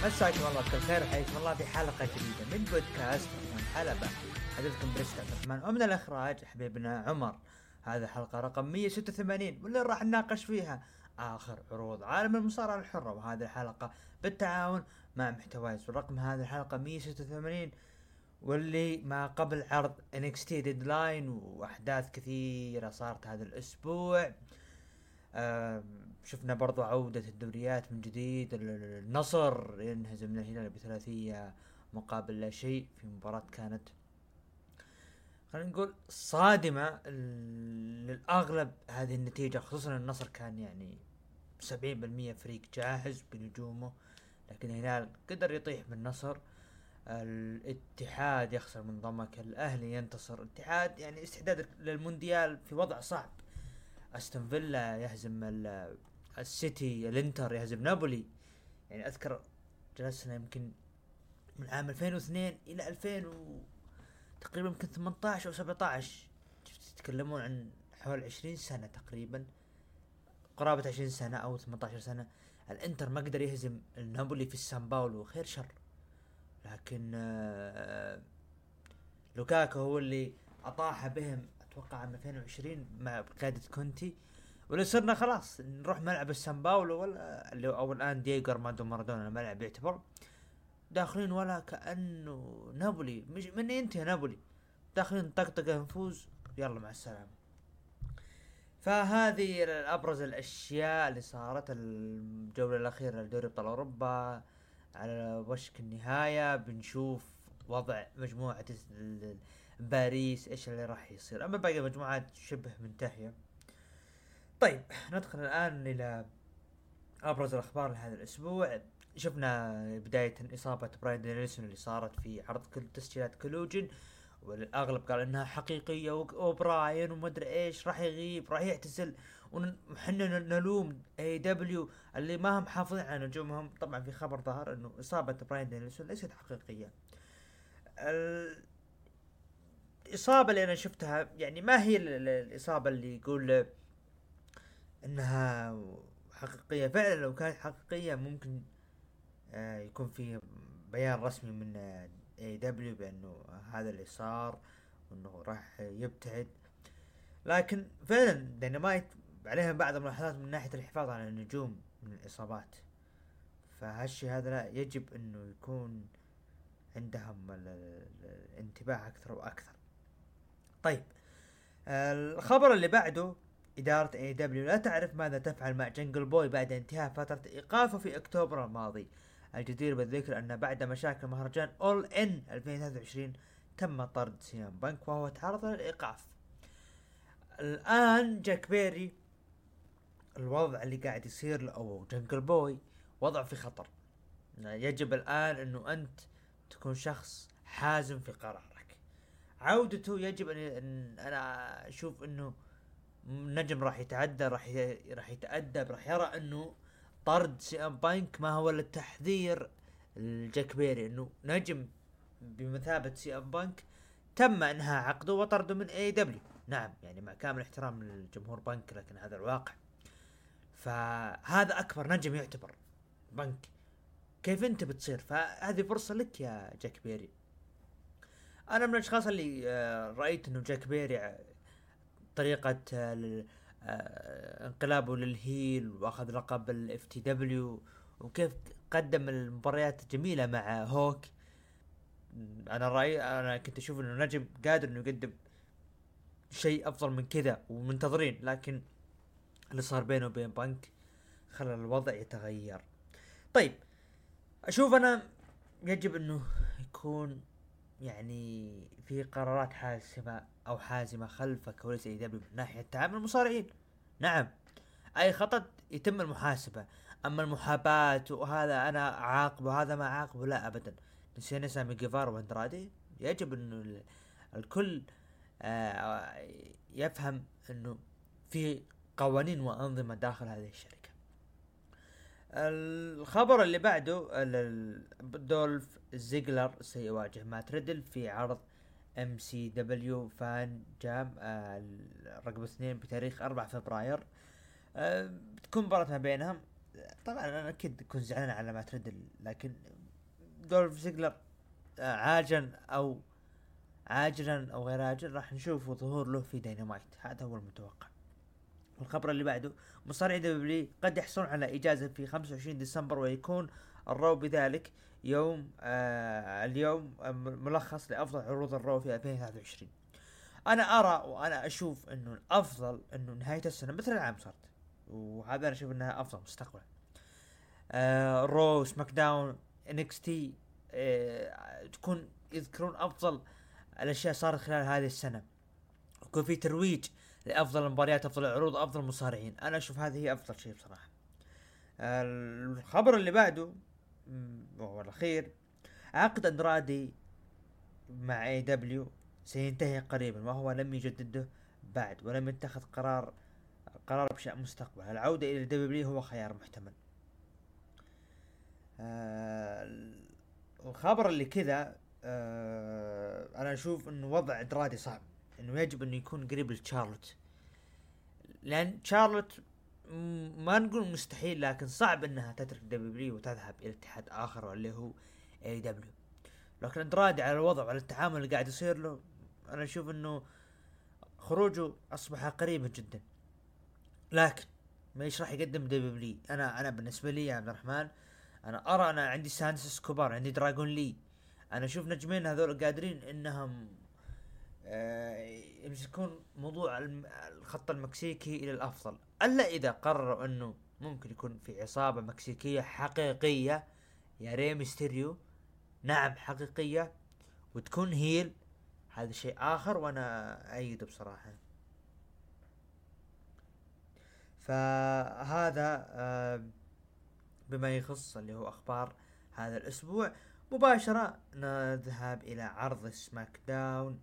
مساكم الله بكل خير وحياكم الله في حلقة جديدة من بودكاست من حلبة. حدثكم بريست عبد الرحمن ومن الإخراج حبيبنا عمر. هذه الحلقة رقم 186 واللي راح نناقش فيها آخر عروض عالم المصارعة الحرة، وهذه الحلقة بالتعاون مع محتوايز. ورقم هذه الحلقة 186 واللي ما قبل عرض NXT ديدلاين وأحداث كثيرة صارت هذا الأسبوع. شفنا برضو عودة الدوريات من جديد. النصر ينهزم من الهلال بثلاثية مقابل لا شيء في مباراة كانت خلينا نقول صادمة للأغلب هذه النتيجة، خصوصا النصر كان يعني 70% فريق جاهز بنجومه، لكن الهلال قدر يطيح بالنصر. الاتحاد يخسر من ضمك، الأهلي ينتصر. الاتحاد يعني استعداد للمونديال في وضع صعب. استون فيلا يهزم السيتي، الانتر يهزم نابولي. يعني اذكر جلسنا يمكن من عام 2002 الى 2000 تقريبا يمكن 18 او 17، تتكلمون عن حول 20 سنة تقريبا، قرابة 20 سنة او 18 سنة. الانتر ما قدر يهزم نابولي في السان باولو، خير شر. لكن لوكاكو هو اللي اطاح بهم اتوقع عام 2020 مع بقيادة كونتي، ولا صرنا خلاص نروح ملعب السان باولو ولا اللي او الان دييغو ارماندو مارادونا الملعب يعتبر داخلين ولا كأنه نابولي مش من ينتهي نابولي، داخلين طقطقة نفوز يلا مع السلامة. فهذه ابرز الاشياء اللي صارت. الجولة الاخيرة لدوري ابطال اوروبا على وشك النهاية، بنشوف وضع مجموعة باريس ايش اللي راح يصير، اما باقي المجموعات شبه منتهية. طيب ندخل الآن إلى أبرز الأخبار لهذا الأسبوع. شفنا بداية إصابة براين دانيلسون اللي صارت في عرض كل تسجيلات كولوجين، والأغلب قال إنها حقيقية وبراين ومدري إيش راح يغيب راح يعتزل، وحنا نلوم اي دبليو اللي ما هم حافظين على نجومهم. طبعا في خبر ظهر إنه إصابة براين دانيلسون ليست حقيقية. الإصابة اللي أنا شفتها يعني ما هي الإصابة اللي يقول انها حقيقية. فعلا لو كانت حقيقية ممكن يكون في بيان رسمي من اي دبليو بانه هذا اللي صار وانه راح يبتعد، لكن فعلا دينامايت عليهم بعض الملاحظات من ناحية الحفاظ على النجوم من الاصابات، فهالشي هذا لا يجب انه يكون عندهم الانتباه اكثر واكثر. طيب الخبر اللي بعده، إدارة اي دبليو لا تعرف ماذا تفعل مع جنجل بوي بعد انتهاء فترة إيقافه في أكتوبر الماضي. الجدير بالذكر أن بعد مشاكل مهرجان أول إن 2023 تم طرد سيام بانك وهو تعرض للإيقاف. الآن جاك بيري الوضع اللي قاعد يصير له أو جنجل بوي وضع في خطر. يجب الآن أنه أنت تكون شخص حازم في قرارك. عودته يجب أن أنا أشوف أنه نجم راح يتعدى، راح يتأدب، راح يرى انه طرد سي ام بانك ما هو الا تحذير الجاك بيري انه نجم بمثابة سي ام بانك تم انهاء عقده وطرده من اي دبليو. نعم يعني مع كامل احترام للجمهور بانك، لكن هذا الواقع. فهذا اكبر نجم يعتبر بانك، كيف انت بتصير؟ فهذه فرصة لك يا جاك بيري. انا من الاشخاص اللي رأيت انه جاك بيري طريقة انقلابه للهيل واخذ لقب الاف تي دبليو، وكيف قدم المباريات جميلة مع هوك. انا كنت اشوف انه نجم قادر انه يقدم شيء افضل من كذا ومنتظرين، لكن اللي صار بينه وبين بانك خلى الوضع يتغير. طيب اشوف انا يجب انه يكون يعني في قرارات حاسمة او حازمة خلف كواليس اي دبليو من ناحية تعامل المصارعين. نعم اي خطأ يتم المحاسبة، اما المحاباة وهذا انا اعاقبه هذا ما اعاقبه لا ابدا. نسينا سامي جيفار واندرادي، يجب انه الكل يفهم انه في قوانين وانظمة داخل هذه الشركة. الخبر اللي بعده دولف زيجلر سيواجه مات ريدل في عرض ام سي دبليو فان جام رقم 2 بتاريخ 4 فبراير. بتكون مباراة ما بينهم. طبعا انا اكيد كنت زعلان على ما ترد، لكن دولف زيجلر عاجلا او غير عاجل راح نشوف ظهور له في داينامايت، هذا هو المتوقع. الخبر اللي بعده، مصارعي دبليو قد يحصلون على اجازه في 25 ديسمبر، ويكون الرو بذلك يوم اليوم ملخص لافضل عروض الرو في 2023. انا ارى وانا اشوف انه الافضل انه نهايه السنه مثل العام صارت، وهذا انا اشوف انها افضل مستقبلا. رو، سماك داون، انكس تي، تكون يذكرون افضل الاشياء صارت خلال هذه السنه، يكون في ترويج لافضل المباريات، افضل العروض، افضل المصارعين. انا اشوف هذه هي افضل شيء بصراحه. الخبر اللي بعده وهو الاخير، عقد اندرادي مع اي دبليو سينتهي قريبا، وهو لم يجدده بعد ولم يتخذ قرار بشأن مستقبل. العودة الى دبليو هو خيار محتمل. الخبر اللي كذا، انا اشوف انه وضع اندرادي صعب، انه يجب انه يكون قريب لتشارلوت، لان شارلوت ما نقول مستحيل لكن صعب انها تترك دبليو وتذهب الى اتحاد اخر واللي هو اي دبليو. لكن اندرادي على الوضع وعلى التعامل اللي قاعد يصير له، انا اشوف انه خروجه اصبح قريبا جدا. لكن ما ايش راح يقدم دبليو؟ انا بالنسبه لي يا عبد الرحمن، انا ارى، انا عندي سانس سكوبار، عندي دراغون لي، انا اشوف نجمين هذول قادرين انهم يمسكون موضوع الخط المكسيكي الى الافضل، الا اذا قرروا انه ممكن يكون في عصابة مكسيكية حقيقية يا ري ميستيريو، نعم حقيقية، وتكون هيل، هذا شيء اخر وانا ايده بصراحة. فهذا بما يخص اللي هو اخبار هذا الاسبوع. مباشرة نذهب الى عرض سماك داون،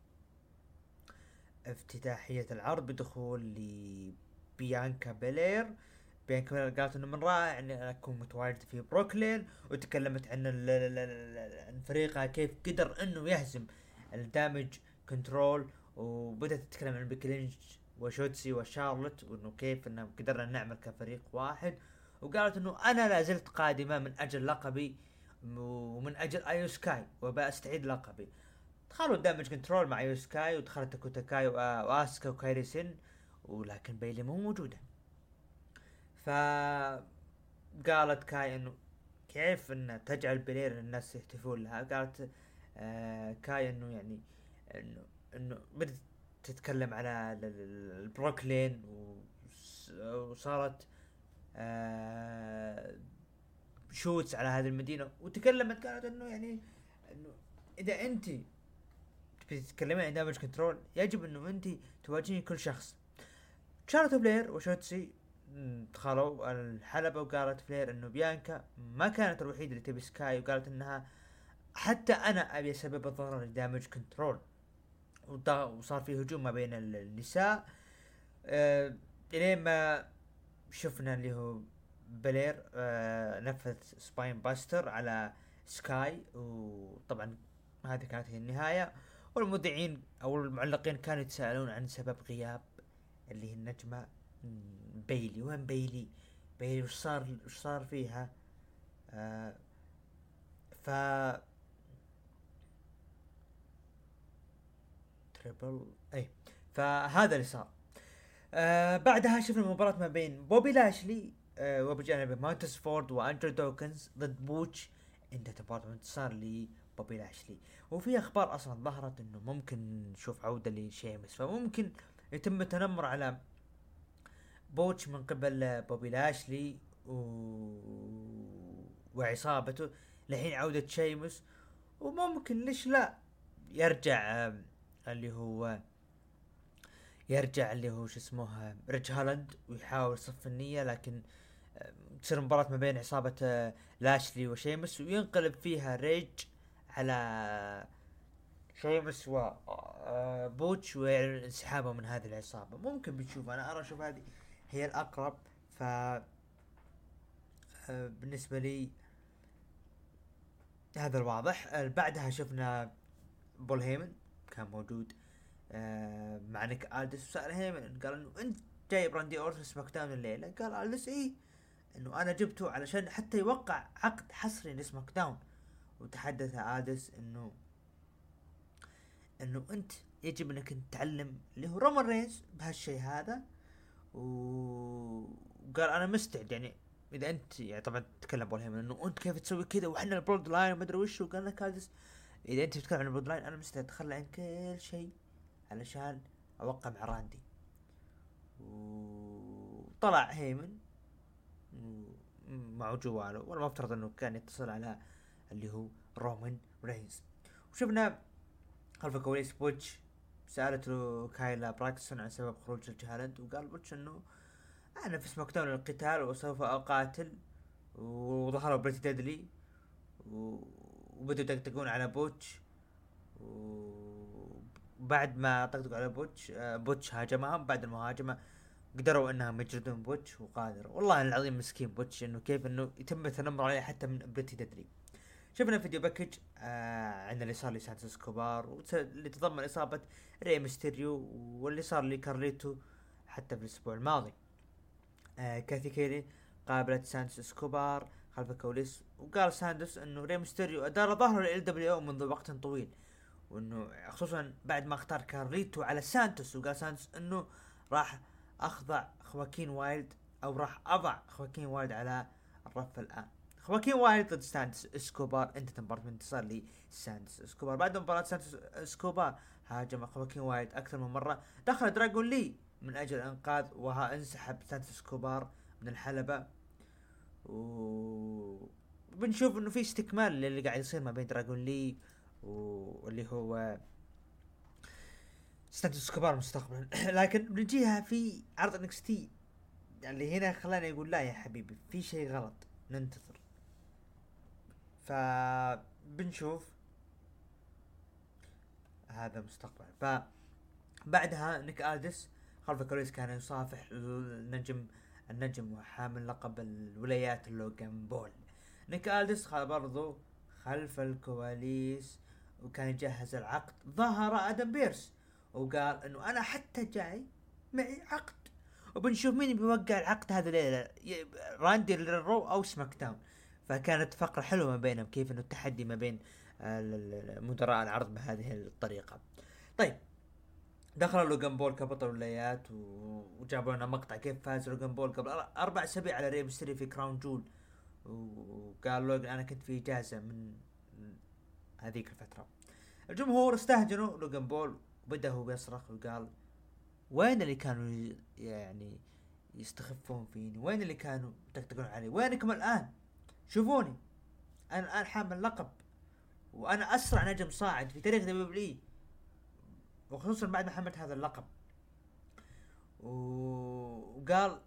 افتتاحية العرض بدخول لبيانكا بيلير. بيانكا بيلير قالت انه من رائع اني انا اكون متواجد في بروكلين، وتكلمت عن فريقها كيف قدر انه يهزم الدامج كنترول، وبدأت تتكلم عن بيكلينج وشوتسي وشارلوت، وانه كيف انه قدرنا نعمل كفريق واحد. وقالت انه انا لا زلت قادمة من اجل لقبي ومن اجل ايو سكاي، وبأستعيد لقبي. دخلوا الدامج كنترول مع يو سكاي، ودخلت تاكوتا كاي واسكا وكايري سن، ولكن بايلي مو موجودة. ف قالت كاي انه كيف ان تجعل بلير الناس يهتفون لها. قالت كاي انه يعني انه بدت تتكلم على البروكلين، وصارت شوتس على هذه المدينة، وتكلمت قالت انه يعني انه اذا انت تبي تتكلمين عن دامج كنترول يجب انه انت تواجهين كل شخص. شارلوت فلير وشوتسي دخلوا الحلبة، وقالت فلير انه بيانكا ما كانت الوحيدة اللي تبي سكاي، وقالت انها حتى انا ابي اسبب الضرر لدامج كنترول. وصار في هجوم ما بين النساء الين ما شفنا اللي هو بلير نفذ سباين باستر على سكاي، وطبعا هذه كانت هي النهاية. والمذيعين او المعلقين كانوا يتساءلون عن سبب غياب اللي هي النجمة بايلي. وين بايلي؟ بايلي وش صار فيها؟ ف تريبل اي، فهذا اللي صار. بعدها شفنا مباراة ما بين بوبي لاشلي وبجانب مونتس فورد وانجلو دوكنز ضد بوتش. انت تعتبر انتصار لبوبي لاشلي، وفي اخبار اصلا ظهرت انه ممكن نشوف عودة لشيمس، فممكن يتم التنمر على بوتش من قبل بوبي لاشلي وعصابته لحين عودة شيمس. وممكن ليش لا يرجع اللي هو شو اسمه ريج هالاند، ويحاول يصف النية، لكن تصير مباراة ما بين عصابة لاشلي وشيمس، وينقلب فيها ريج على شيمس وبوتش، ويعلن انسحابه من هذه العصابة. ممكن بنشوف، انا ارى اشوف هذه هي الاقرب. ف بالنسبة لي هذا الواضح. بعدها شفنا بول هيمن كان موجود مع نيك آلدس، وسأل هيمن قال انه انت جايب راندي اورتون سماك داون الليلة؟ قال آلدس ايه، انه انا جبته علشان حتى يوقع عقد حصري لسماك داون. وتحدث ادس انه انت يجب انك تتعلم اللي هو رومان رينز بهالشيء هذا. وقال انا مستعد، يعني اذا انت يعني طبعا تكلم بول هيمن انه انت كيف تسوي كذا واحنا البرود لاين ما ادري وش. وقال لك ادس اذا انت بتتكلم عن البرود لاين انا مستعد اتخلى عن كل شيء علشان اوقع مع راندي. وطلع هيمن مع جواله، ولا مفترض انه كان يتصل على اللي هو رومان رينز. وشفنا خلف الكواليس بوتش سألته كايلا براكسون عن سبب خروج الجهالند، وقال بوتش انه انا في سماك داون القتال وسوف اقاتل. وظهروا بريتي ديدلي وبدوا يطقطقون على بوتش، وبعد ما طقطقوا على بوتش بوتش هاجمهم. بعد المهاجمة قدروا انهم يجلدون بوتش وقادروا. والله العظيم مسكين بوتش انه كيف انه يتم التنمر عليه حتى من بريتي ديدلي. شفنا فيديو باكج عن اللي صار لسانتوس كوبار اللي تضمن اصابة ري ميستيريو واللي صار لكارليتو حتى في الاسبوع الماضي. كاثي كيلي قابلت سانتوس اسكوبار خلف الكواليس، وقال ساندوس انه ري ميستيريو ادار ظهره لل دبليو منذ وقت طويل، وانه خصوصا بعد ما اختار كارليتو على سانتوس. وقال سانتوس انه راح اخضع خواكين وايلد او راح اضع خواكين وايلد على الرف الان. خواكين وايلد ضد سانتوس اسكوبار، انت مباراة انتصار لي سانتوس اسكوبار. بعد مباراة سانتوس اسكوبار هاجم خواكين وايلد اكثر من مرة، دخل دراغون لي من اجل الانقاذ، وها انسحب سانتوس اسكوبار من الحلبة. وبنشوف انه في استكمال للي قاعد يصير ما بين دراغون لي واللي هو سانتوس اسكوبار مستقبلا. لكن بنجيها في عرض انكس تي اللي هنا خلاني اقول لا يا حبيبي في شيء غلط، ننتظر. فبنشوف هذا مستقبل. فبعدها نيك آلدس خلف الكواليس كان يصافح النجم وحامل لقب الولايات لوغان بول. نيك آلدس برضو خلف الكواليس وكان يجهز العقد. ظهر آدم بيرس وقال انه انا حتى جاي معي عقد، وبنشوف مين بيوقع العقد هذا الليلة، راندي للرو او سماك داون. فكانت فقرة حلوة ما بينهم، كيف انه التحدي ما بين مدراء العرض بهذه الطريقة. طيب دخل لوغان بول كبطل ولايات وجابوا لنا مقطع كيف فاز لوغان بول قبل 4 أسابيع على ري ميستيريو في كراون جول. وقال لوغان انا كنت في اجازة من هذيك الفترة. الجمهور استهجنوا لوغان بول وبدأ هو بيصرخ وقال وين اللي كانوا يعني يستخفون فيني، وين اللي كانوا يطقطقون علي، وينكم الآن؟ شوفوني انا الآن حامل لقب وانا اسرع نجم صاعد في تاريخ دبليو، وخصوصا بعد ما حملت هذا اللقب. وقال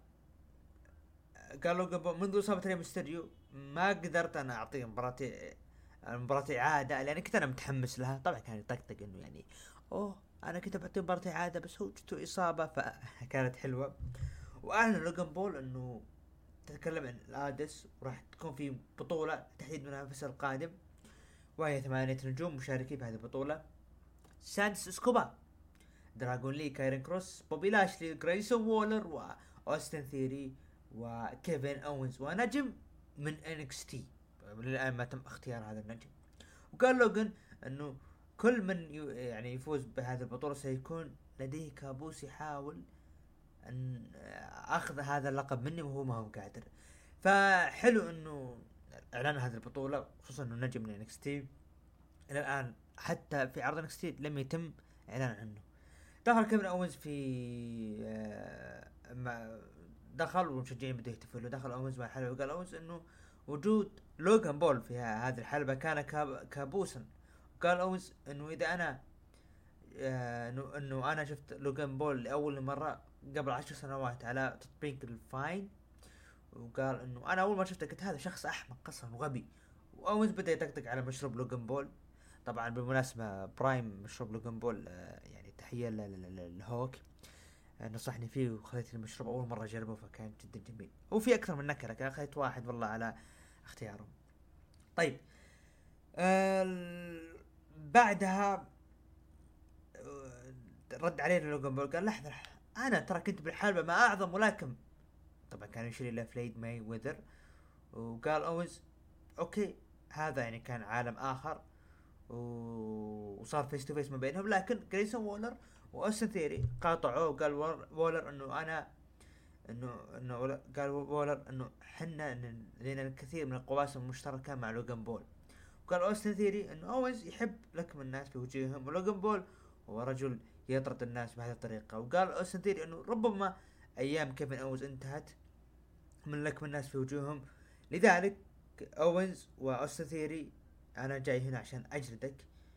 له منذ اصابة ري ميستيريو ما قدرت انا اعطيه مباراتي عادة، لان كنت انا متحمس لها. طبعا كان يطقطق انه يعني انا كنت بعطيه مباراتي عادة بس هو جته اصابة، فكانت حلوة. واعلن لوغان بول انه تتكلم عن الادس وراح تكون في بطولة تحديد المنافس القادم، وهي 8 نجوم مشاركين بهذه البطولة: سانتوس اسكوبار، دراغون لي، كايرن كروس، بوبي لاشلي، جريسون وولر، واوستن ثيري، وكيفن اونز، ونجم من انكس تي. للان ما تم اختيار هذا النجم. وقال لوغان انه كل من يعني يفوز بهذه البطولة سيكون لديه كابوس يحاول ان اخذ هذا اللقب مني وهو ما هو قادر. فحلو انه اعلان هذه البطولة، خصوصا انه نجم من انكس تي الى الان حتى في عرض انكس تي لم يتم اعلان عنه. دخل كيفن اونز في دخل والمشجعين بدأوا يحتفلوا. دخل اونز مع الحلبة وقال اونز انه وجود لوغان بول في هذه الحلبة كان كابوسا. وقال اونز انه اذا انا انه انا شفت لوغان بول لاول مرة قبل 10 سنوات على تطبيق الفاين، وقال انه انا اول ما شفته قلت هذا شخص احمق قصرا وغبي. واونز بدأ يطقطق على مشروب لوغان بول. طبعا بالمناسبة برايم مشروب لوغان بول يعني تحية لهوك نصحني فيه وخذيت المشروب اول مرة اجربه فكان جدا جميل. وفي اكثر من نكهة لكن اخذت واحد والله على اختياره. طيب بعدها رد عليه لوغان بول قال لحظة انا ترى كنت بالحلبة مع اعظم ملاكم طبعا كان يشير الى فليد ماي ويذر. وقال اوينز اوكي هذا يعني كان عالم اخر، وصار فيس تو فيس ما بينهم. لكن جريسون وولر واوستن ثيري قاطعوه، وقال وولر انه انا قال وولر انه حنا لنا الكثير من القواسم المشتركه مع لوغان بول. وقال اوستن ثيري انه اوينز يحب لكم الناس في وجوههم، ولوغان بول هو رجل يطرد الناس بهذه الطريقه. وقال اوستن ثيري انه ربما ايام كيفن اوينز انتهت من لكم الناس في وجوههم، لذلك اوينز واوستن ثيري انا جاي هنا عشان اجلدك.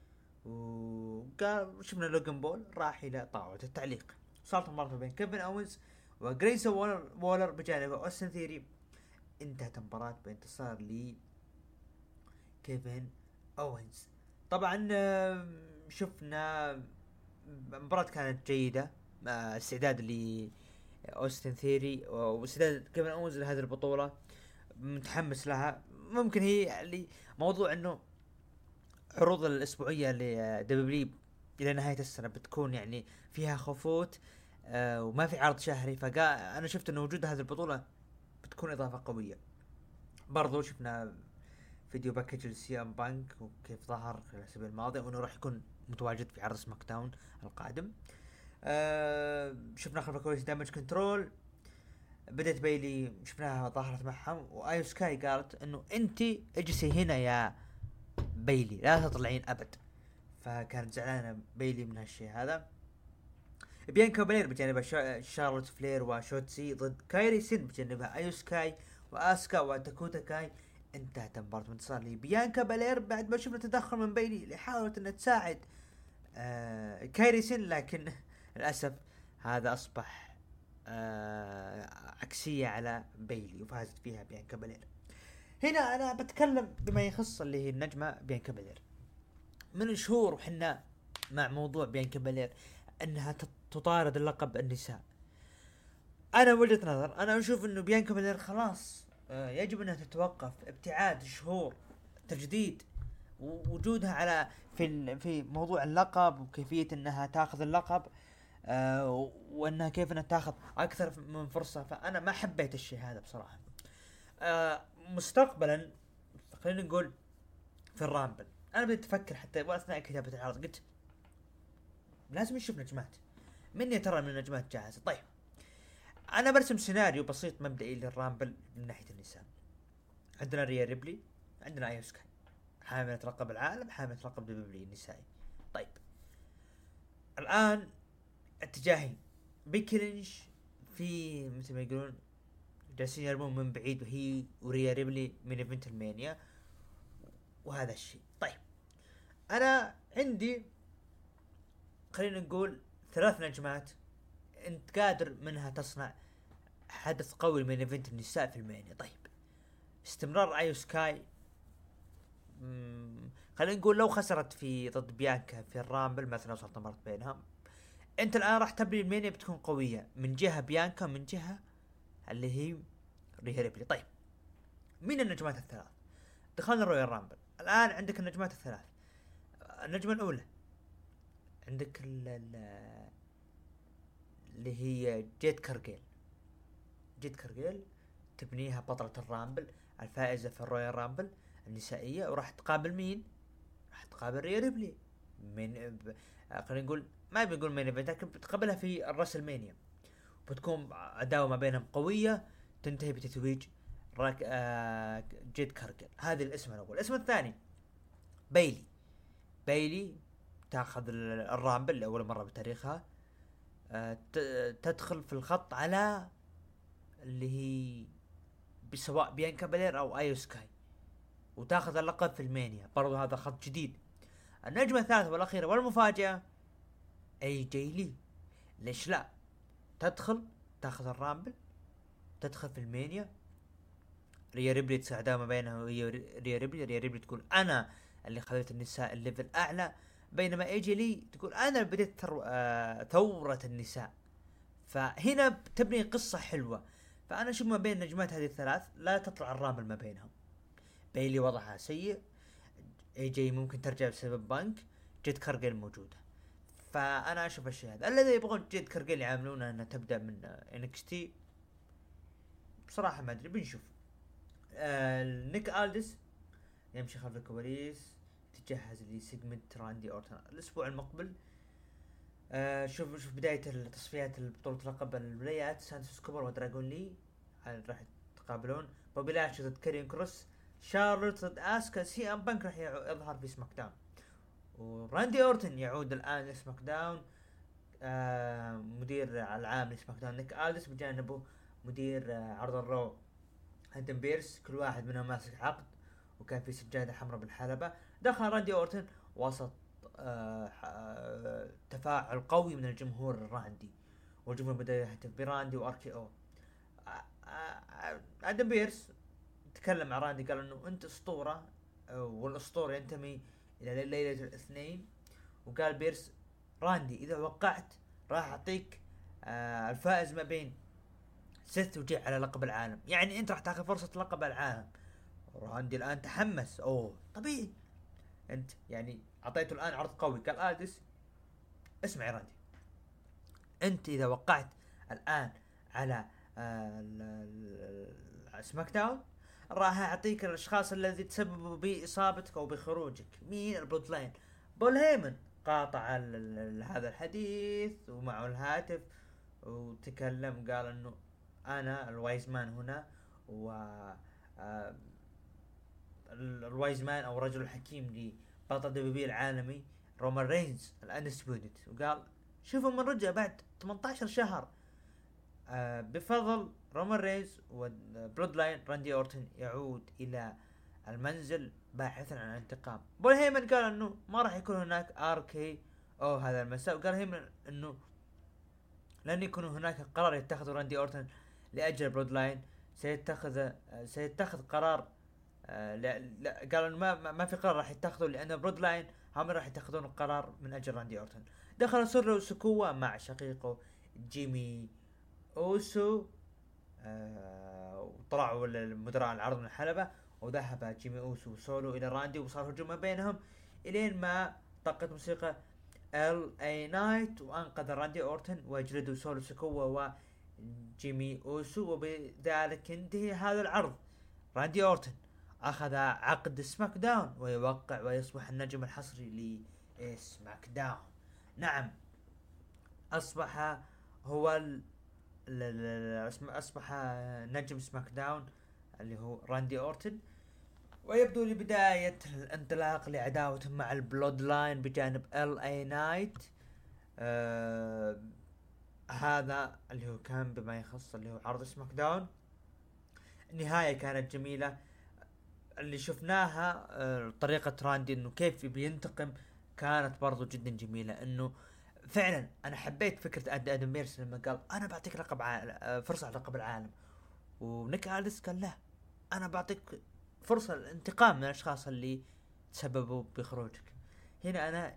وقال شفنا لوغان بول راح الى طاولة التعليق. صارت المباراة بين كيفن اوينز وجريسون وولر بجانب اوستن ثيري. انتهت المباراة بانتصار لي كيفن اوينز. طبعا شفنا المباراة كانت جيدة، استعداد لاوستن ثيري واستعداد كيفن اوينز لهذه البطولة، متحمس لها. ممكن هي اللي موضوع انه عروض الاسبوعيه لدبليو الى نهايه السنه بتكون يعني فيها خفوت وما في عرض شهري. انا شفت انه وجود هذه البطوله بتكون اضافه قويه. برضو شفنا فيديو باكج لسي ام بانك وكيف ظهر في الاسبوع الماضي، وانه راح يكون متواجد في عرض سماك داون القادم. شفنا خلف الكواليس دامج كنترول، بدت بايلي شفناها ظهرت معهم، وايو سكاي قالت انه انت اجلسي هنا يا بايلي لا تطلعين ابد. فكانت زعلانه بايلي من هالشيء هذا. بيانكا بالير بجانبها شارلوت فلير وشوتسي ضد كايري سين بجانبها ايو سكاي واسكا وتاكوتا كاي. انتهت المباراة بانتصار لبيانكا بالير بعد ما شفنا تدخل من بايلي اللي حاولت انها تساعد كايري سين، لكن للاسف هذا اصبح عكسية على بايلي وفازت فيها بيانكا بالير. هنا انا بتكلم بما يخص اللي هي النجمة بيانكا بالير. من شهور وحنا مع موضوع بيانكا بالير انها تطارد اللقب النساء. انا وجهة نظر انا اشوف انه بيانكا بالير خلاص يجب انها تتوقف ابتعاد شهور تجديد ووجودها على في موضوع اللقب وكيفية انها تاخذ اللقب وانها كيف انها تاخذ اكثر من فرصة. فانا ما حبيت الشيء هذا بصراحة. مستقبلا خلينا نقول في الرامبل انا بديت افكر حتى اثناء كتابة العرض، قلت لازم نشوف نجمات من يا ترى من النجمات جاهزة. طيب انا برسم سيناريو بسيط مبدئي للرامبل من ناحية النساء. عندنا ريا ريبلي، عندنا ايو سكاي حاملة لقب العالم، حاملة لقب دبليو النسائي. طيب الان اتجاهين بيكي لينش في مثل ما يقولون جالسين يرمون من بعيد، وهي وريا ريبلي من ايفنت المانيا وهذا الشيء. طيب انا عندي خلينا نقول 3 نجمات انت قادر منها تصنع حدث قوي من ايفنت النساء في المانيا. طيب استمرار ايو سكاي خلينا نقول لو خسرت في ضد بيانكا في الرامبل مثلا وصلت مرت بينهم، انت الان راح تبني المانيا بتكون قوية من جهة بيانكا من جهة اللي هي ريا ريبلي. طيب مين النجمات الثلاث؟ دخلنا رويال رامبل. الان عندك النجمات الثلاث. النجمة الاولى عندك اللي هي جيت كارجيل. جيت كارجيل تبنيها بطلة الرامبل الفائزة في الرويال رامبل النسائية، وراح تقابل مين؟ راح تقابل ريا ريبلي من خلينا نقول ما بنقول مين ايفنت، لكن بتقابلها في الراسل مانيا، بتكون عداوة ما بينهم قوية تنتهي بتتويج جيت كارجيل. هذا الاسم الاول. الاسم الثاني بايلي. بايلي تاخذ الرامبل لأول مرة بتاريخها، تدخل في الخط على اللي هي سواء بيانكا بالير او ايو سكاي وتاخذ اللقب في المانيا. برضو هذا خط جديد. النجمة الثالثة والاخيرة والمفاجأة اي جي لي. ليش لا تدخل تاخذ الرامبل تدخل في المانيا. ريا ريبلي تساعدها ما بينها وهي ريا ريبلي تقول انا اللي خليت النساء الليفل اعلى، بينما اي جي لي تقول انا بديت ثورة النساء. فهنا تبني قصة حلوة. فانا اشوف ما بين النجمات هذه الثلاث لا تطلع الرامبل ما بينهم. بايلي وضعها سيء، اي جي ممكن ترجع بسبب بانك، جيت كارجيل موجودة. فانا اشوف الشيء هذا الذي يبغون جيت كارجيل يعاملونها انها تبدا من انكستي بصراحة ما ادري، بنشوف. نيك آلدس يمشي خلف الكواليس، يتجهز لسيجمنت راندي اورتن الاسبوع المقبل. شوف بداية التصفيات البطولة لقب الولايات، سانتوس كوبر ودراغون لي راح يتقابلون. بوبي لاشي ضد كارين كروس، شارلوت ضد اسكا، سي ام بانك راح يظهر في سماك داون، وراندي اورتن يعود الان لسماك داون. مدير العام لسماك داون نيك آلدس، بجانبه مدير عرض الرو هادن بيرس، كل واحد منهم ماسك عقد، وكان في سجادة حمراء بالحلبة. دخل راندي اورتن وسط تفاعل قوي من الجمهور الراندي، والجمهور بدأ يهتف براندي واركي او. ادم بيرس تكلم مع راندي، قال انه انت اسطورة، والاسطورة ينتمي الى ليلة الاثنين. وقال بيرس راندي اذا وقعت راح اعطيك الفائز ما بين سيث وجي على لقب العالم، يعني انت راح تاخذ فرصة لقب العالم. راندي الان تحمس، اوه طبيعي، انت يعني اعطيته الان عرض قوي. قال آلدس اسمع يا راندي، انت اذا وقعت الان على سماك داون راح اعطيك الاشخاص الذي تسببوا باصابتك او بخروجك. مين؟ البلود لاين. بول هيمن قاطع هذا الحديث ومعه الهاتف وتكلم، قال انه انا الوايز مان هنا، و الوايز مان او رجل الحكيم لبطل دبليو العالمي رومان رينز الاندسبيوتد. وقال شوفوا من رجع بعد 18 شهر بفضل رومان رينز وبلود لاين راندي اورتن يعود الى المنزل باحثا عن الانتقام. بول هيمن قال انه ما راح يكون هناك اركي او هذا المساء، وقال هيمن انه لن يكون هناك قرار يتخذه راندي اورتن لاجل بلود لاين، سيتخذ قرار. لا قالوا انه ما في قرار راح يتخذه، لان برود لاين هم راح يتخذون القرار من اجل راندي اورتن. دخل سورو سكوا مع شقيقه جيمي اوسو، وطلعوا المدراء العرض من الحلبة، وذهب جيمي اوسو سولو الى راندي، وصار هجوم ما بينهم الين ما طقت موسيقى ال اي نايت وانقذ راندي اورتن وجلدوا سولو سكوا وجيمي اوسو، وبذلك انتهي هذا العرض. راندي اورتن اخذ عقد سماك داون ويوقع ويصبح النجم الحصري لسماك داون. نعم، اصبح هو اصبح نجم سماك داون اللي هو راندي اورتن، ويبدو لبداية الانطلاق لعداوته مع البلود لاين بجانب ال اي نايت. هذا اللي هو كان بما يخص اللي هو عرض سماك داون. النهاية كانت جميلة، اللي شفناها طريقة راندي انه كيف بينتقم كانت برضو جدا جميلة. انه فعلا انا حبيت فكرة ادم بيرس لما قال انا بعطيك لقب فرصة على لقب العالم، ونيك آلدس قال لا، انا بعطيك فرصة الانتقام من الاشخاص اللي تسببوا بخروجك. هنا انا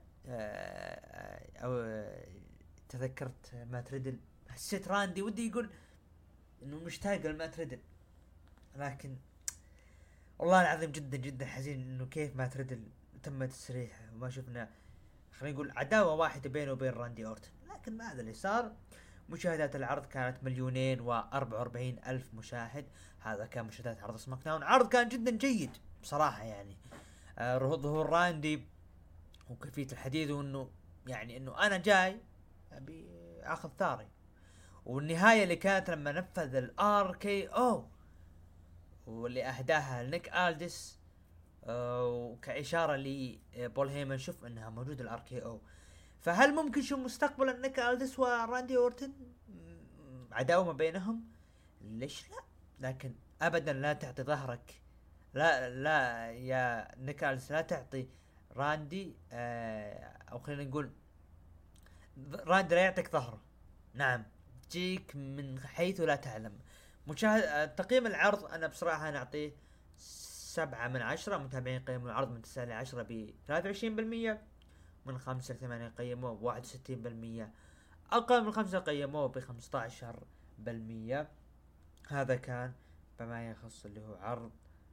تذكرت مات ريدل، حسيت راندي ودي يقول انه مشتاق لمات ريدل، لكن والله العظيم جدا جدا حزين انه كيف مات ريدل تم تسريحه وما شفنا خلينا نقول عداوة واحدة بينه وبين راندي اورتن. لكن ما هذا اللي صار. مشاهدات العرض كانت 2,044,000 مشاهد، هذا كان مشاهدات عرض سماك داون. عرض كان جدا جيد بصراحة، يعني ظهور راندي وكيفية الحديث، وانه يعني انه انا جاي ابي اخذ ثاري. والنهاية اللي كانت لما نفذ الار كي او واللي اهداها لنيك آلدس، وكإشارة لبول هيمن شوف انها موجودة الار كي او. فهل ممكن شو مستقبلا نيك آلدس وراندي اورتن عداوة ما بينهم؟ ليش لا؟ لكن ابدا لا تعطي ظهرك، لا يا نيك آلدس لا تعطي راندي او خلينا نقول راندي لا يعطيك ظهره. نعم، تجيك من حيث لا تعلم. مشاهد تقييم العرض انا بصراحة نعطيه 7/10. متابعين قيموا العرض من 9 ل10 ب 23%، من 5 ل 8 قيموه ب 61%، اقل من 5 قيموه ب 15%. هذا كان بما يخص اللي هو عرض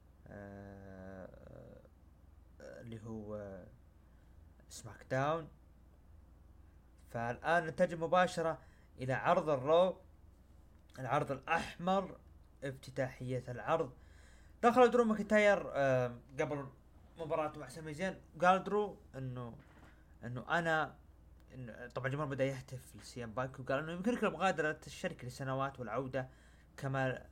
اللي هو سماك داون. فالآن نتجه مباشرة إلى عرض الرو، العرض الأحمر افتتاحية العرض. دخل درو ماكنتاير قبل مباراة مع سامي زين، قال درو انه انا طبعا الجمهور بدا يهتف لسيام بانك، وقال انه يمكنك مغادرة الشركة لسنوات والعودة كما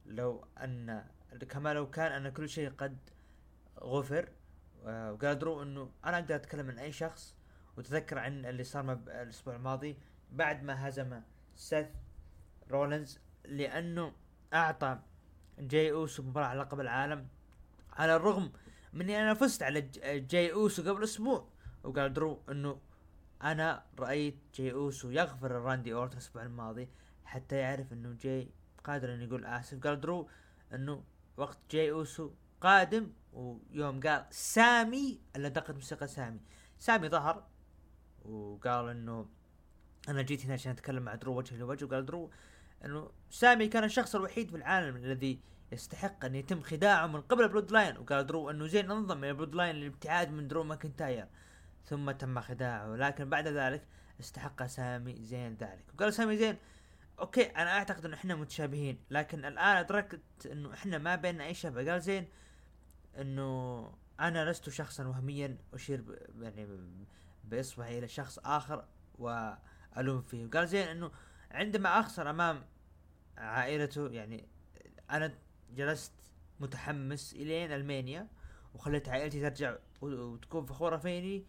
لو كان ان كل شيء قد غفر. وقال درو انه انا اقدر اتكلم عن اي شخص، وتذكر عن اللي صار الاسبوع الماضي بعد ما هزم سيث رولينز، لانه اعطى جاي اوسو مباراة على لقب العالم على الرغم من انا فزت على جاي اوسو قبل اسبوع. وقال درو انه انا رأيت جاي اوسو يغفر راندي اورتن الاسبوع الماضي حتى يعرف انه جاي قادر انه يقول اسف. قال درو انه وقت جاي اوسو قادم، ويوم قال سامي اللي دقت موسيقى سامي ظهر وقال انه انا جيت هنا عشان اتكلم مع درو وجه لوجه. وقال درو انه سامي كان الشخص الوحيد في العالم الذي يستحق ان يتم خداعه من قبل البلود لاين. وقال درو انه زين انضم الى البلود لاين للابتعاد من درو ماكنتاير ثم تم خداعه، لكن بعد ذلك استحق سامي زين ذلك. وقال سامي زين اوكي انا اعتقد انه احنا متشابهين، لكن الان ادركت انه احنا ما بيننا اي شبه. قال زين انه انا لست شخصا وهميا اشير يعني باصبعي الى شخص اخر والوم فيه. وقال زين انه عندما اخسر امام عائلته، يعني انا جلست متحمس الين المانيا وخليت عائلتي ترجع وتكون فخورة فيني.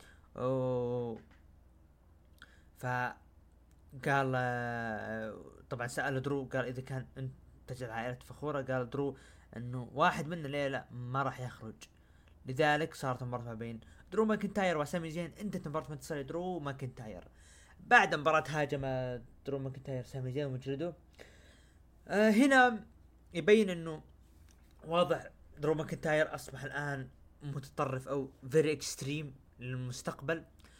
فقال طبعا سأل درو قال اذا كان انت تجعل عائلتك فخورة، قال درو انه واحد منا الليلة ما راح يخرج، لذلك صارت مباراة ما بين درو ماكنتاير وسامي زين، انت مباراة منتصر درو ماكنتاير. بعد مباراة هاجم درو ماكنتاير سامي زين ومجلده. هنا يبين انه واضح درو ماكنتاير اصبح الان متطرف او فيري اكستريم للمستقبل.